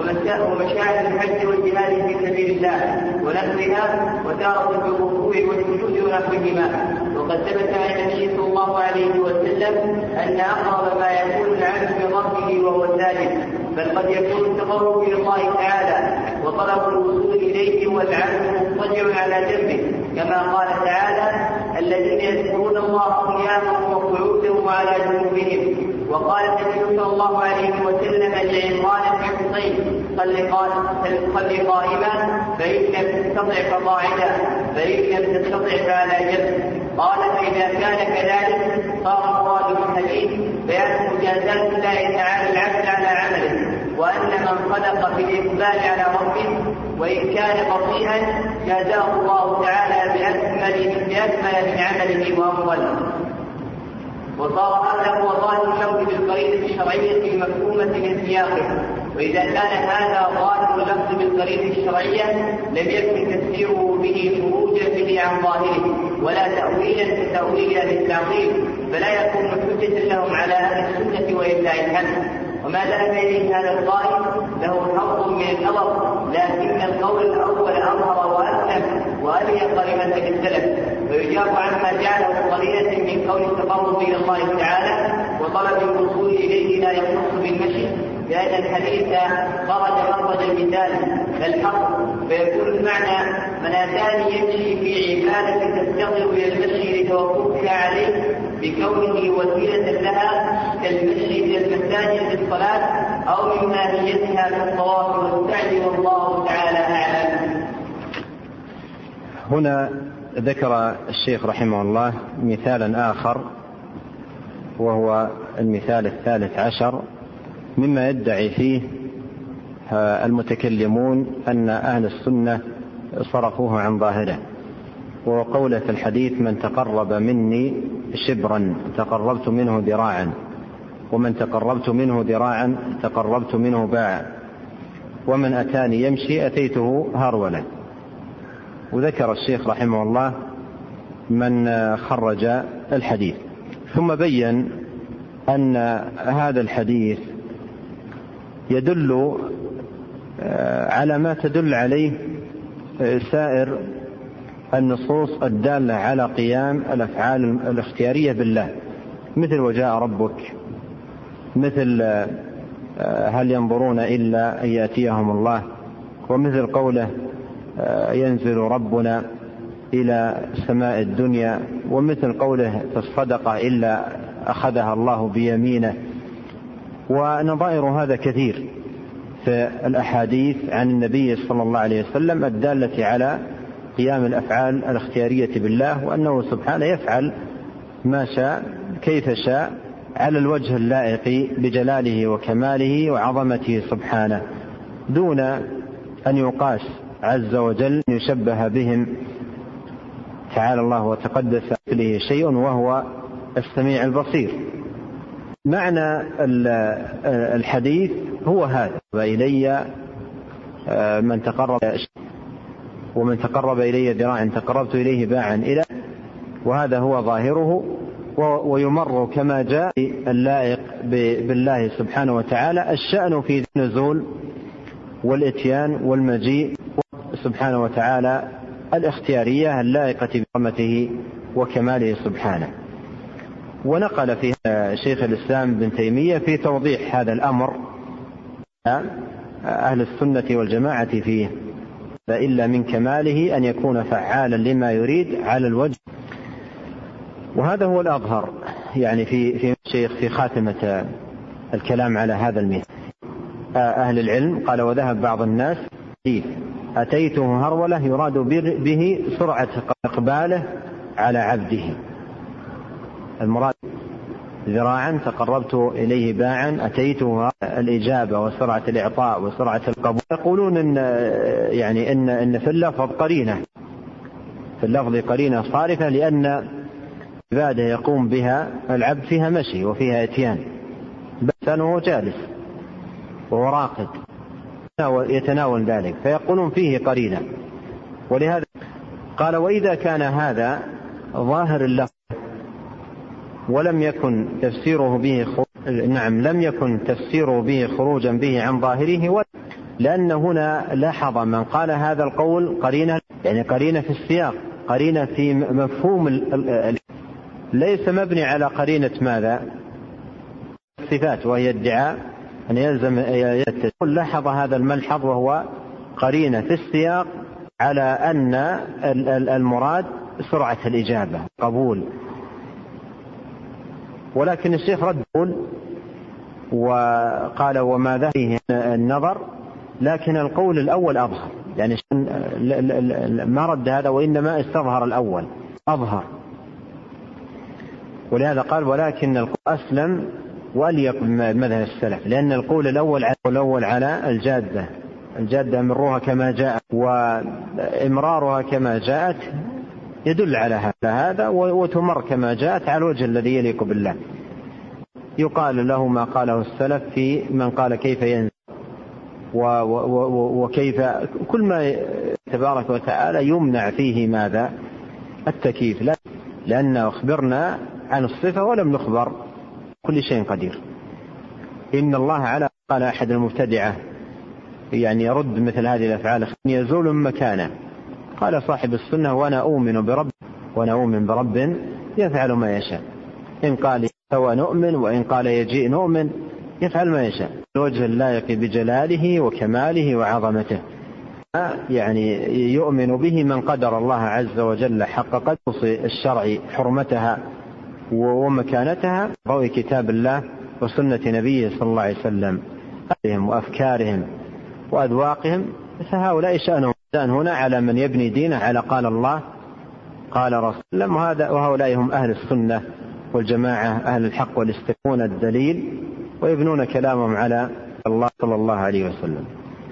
ومشاعر الحج والجهاد في سبيل الله ونحوها، وتارة بالركوع والسجود ونحوهما. وقد ثبت عن النبي صلى الله عليه وسلم أن أقرب ما يكون العبد من ربه وهو ساجد، بل قد يكون التقرب إلى الله تعالى وطلب الوصول إليه والعبد مضطجع على جنبه، كما قال تعالى: الذين يذكرون الله قياما وقعودا وعلى جنوبهم. وقال النبي صلى الله عليه وسلم لعمران بن حصين: صل قائما فإن لم تستطع فقاعدا فإن لم تستطع فعلى جنب. قال: فإذا كان كذلك صار مراد الحديث بيان مجازاة الله تعالى العبد على عمله، وأن من صدق في الإقبال على ربه وإن كان بطيئا جازاه الله تعالى بأكمل بأكمل من عمله وأفضل. وصار هذا هو ظاهر اللفظ بالقرينة الشرعية المفهومة من سياقه. وإذا كان هذا ظاهر اللفظ بالقرينة الشرعية لم يكن تفسيره به خروجا به عن ظاهره ولا تأويلا كتأويل أهل التعطيل، فلا يكون حجة لهم على أهل السنة ولله الحمد. وما ذهب إليه هذا القائل له حظ من النظر، لكن القول الأول أظهر وأسلم وأليق لمنهج السلف. ويجاب عما جعله قليلة من قول التقرب إلى الله تعالى وطلب الوصول إليه لا يخص بالمشي، لأن الحديث خرج مخرج المثال الحق، فيكون المعنى: من أتاني يمشي في عبادة تفتقر إلى المشي لتوقفها عليه بكونه وسيلة لها كالمشي إلى المساجد للصلاة أو من ماهيتها كالطواف والسعي، والله تعالى أعلم. هنا ذكر الشيخ رحمه الله مثالا آخر، وهو المثال الثالث عشر مما يدعي فيه المتكلمون أن أهل السنة صرفوه عن ظاهره، وقولة الحديث: من تقرب مني شبرا تقربت منه ذراعا، ومن تقربت منه ذراعا تقربت منه باعا، ومن أتاني يمشي أتيته هرولا. وذكر الشيخ رحمه الله من خرج الحديث، ثم بين أن هذا الحديث يدل على ما تدل عليه سائر النصوص الدالة على قيام الأفعال الاختيارية بالله، مثل وجاء ربك، مثل هل ينظرون إلا أن يأتيهم الله، ومثل قوله ينزل ربنا إلى سماء الدنيا، ومثل قوله في الصدقة إلا أخذها الله بيمينه. ونظائر هذا كثير في الأحاديث عن النبي صلى الله عليه وسلم الدالة على قيام الأفعال الاختيارية بالله، وأنه سبحانه يفعل ما شاء كيف شاء على الوجه اللائق بجلاله وكماله وعظمته سبحانه، دون أن يقاس عز وجل يشبه بهم تعالى الله وتقدس له شيء وهو السميع البصير. معنى الحديث هو هذا: وإلي من تقرب ومن تقرب إلي ذراعا تقربت إليه باعا إلى، وهذا هو ظاهره، ويمر كما جاء اللائق بالله سبحانه وتعالى. الشأن في النزول والإتيان والمجيء سبحانه وتعالى الاختيارية اللائقة برحمته وكماله سبحانه. ونقل فيها شيخ الإسلام بن تيمية في توضيح هذا الأمر أهل السنة والجماعة فيه: إلا من كماله أن يكون فعالا لما يريد على الوجه. وهذا هو الأظهر يعني في في الشيخ في خاتمة الكلام على هذا المثال. أهل العلم قال: وذهب بعض الناس أتيته هرولة يراد به سرعة إقباله على عبده، المراد ذراعا تقربت إليه باعا، أتيته الإجابة وسرعة الإعطاء وسرعة القبول. يقولون إن يعني إن إن في اللفظ قرينة، في اللفظ قرينة صارفة، لأن عبادة يقوم بها العبد فيها مشي وفيها إتيان، بس أنه جالس وهو راقد يتناول ذلك، فيقولون فيه قرينة. ولهذا قال: وإذا كان هذا ظاهر اللفظ ولم يكن تفسيره به خروج نعم لم يكن تفسيره به خروجا به عن ظاهره، لأن هنا لاحظ من قال هذا القول قرينة، يعني قرينة في السياق، قرينة في مفهوم ال... ليس مبني على قرينة ماذا؟ الصفات، وهي ادعاء أن يلزم يتسل. لاحظ هذا الملحظ وهو قرينة في السياق على أن المراد سرعة الإجابة قبول. ولكن الشيخ رد وقال: وما فيه النظر، لكن القول الأول أظهر، يعني ما رد هذا وإنما استظهر الأول أظهر. ولهذا قال: ولكن القول أسلم وأليق بمذهب السلف، لأن القول الأول على الأول على الجادة، الجادة أمروها كما جاءت وإمرارها كما جاءت يدل على هذا، وتمر كما جاءت على الوجه الذي يليق بالله. يقال له ما قاله السلف في من قال كيف ينزل وكيف، كل ما تبارك وتعالى يمنع فيه ماذا؟ التكييف، لأن أخبرنا عن الصفة ولم نخبر كل شيء قدير. إن الله على قال أحد المبتدعة يعني يرد مثل هذه الأفعال يزول مكانه، قال صاحب السنة: وأنا أؤمن برب وأنا أؤمن برب يفعل ما يشاء، إن قال سوى نؤمن وإن قال يجيء نؤمن، يفعل ما يشاء الوجه اللائق بجلاله وكماله وعظمته. يعني يؤمن به من قدر الله عز وجل حق قدر الشرع حرمتها ومكانتها، ضوء كتاب الله وسنة نبيه صلى الله عليه وسلم وأفكارهم وأذواقهم. فهؤلاء شأنهم هنا على من يبني دينه على قال الله قال رسول الله، وهذا وهؤلاء هم أهل السنة والجماعة أهل الحق والاستقامة الدليل ويبنون كلامهم على الله صلى الله عليه وسلم.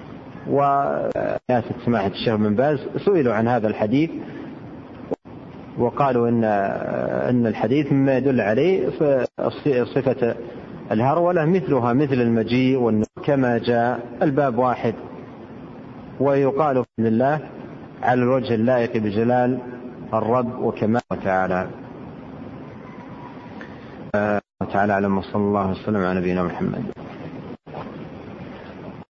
وناس سماحة الشيخ بن باز سئلوا عن هذا الحديث وقالوا إن إن الحديث مما يدل عليه صفة الهرولة مثلها مثل المجيء والنزول كما جاء، الباب واحد، ويقال بإذن الله على الوجه اللائق بجلال الرب وكمال تعالى. تعالى أعلم، وصلى الله وسلم على نبينا محمد.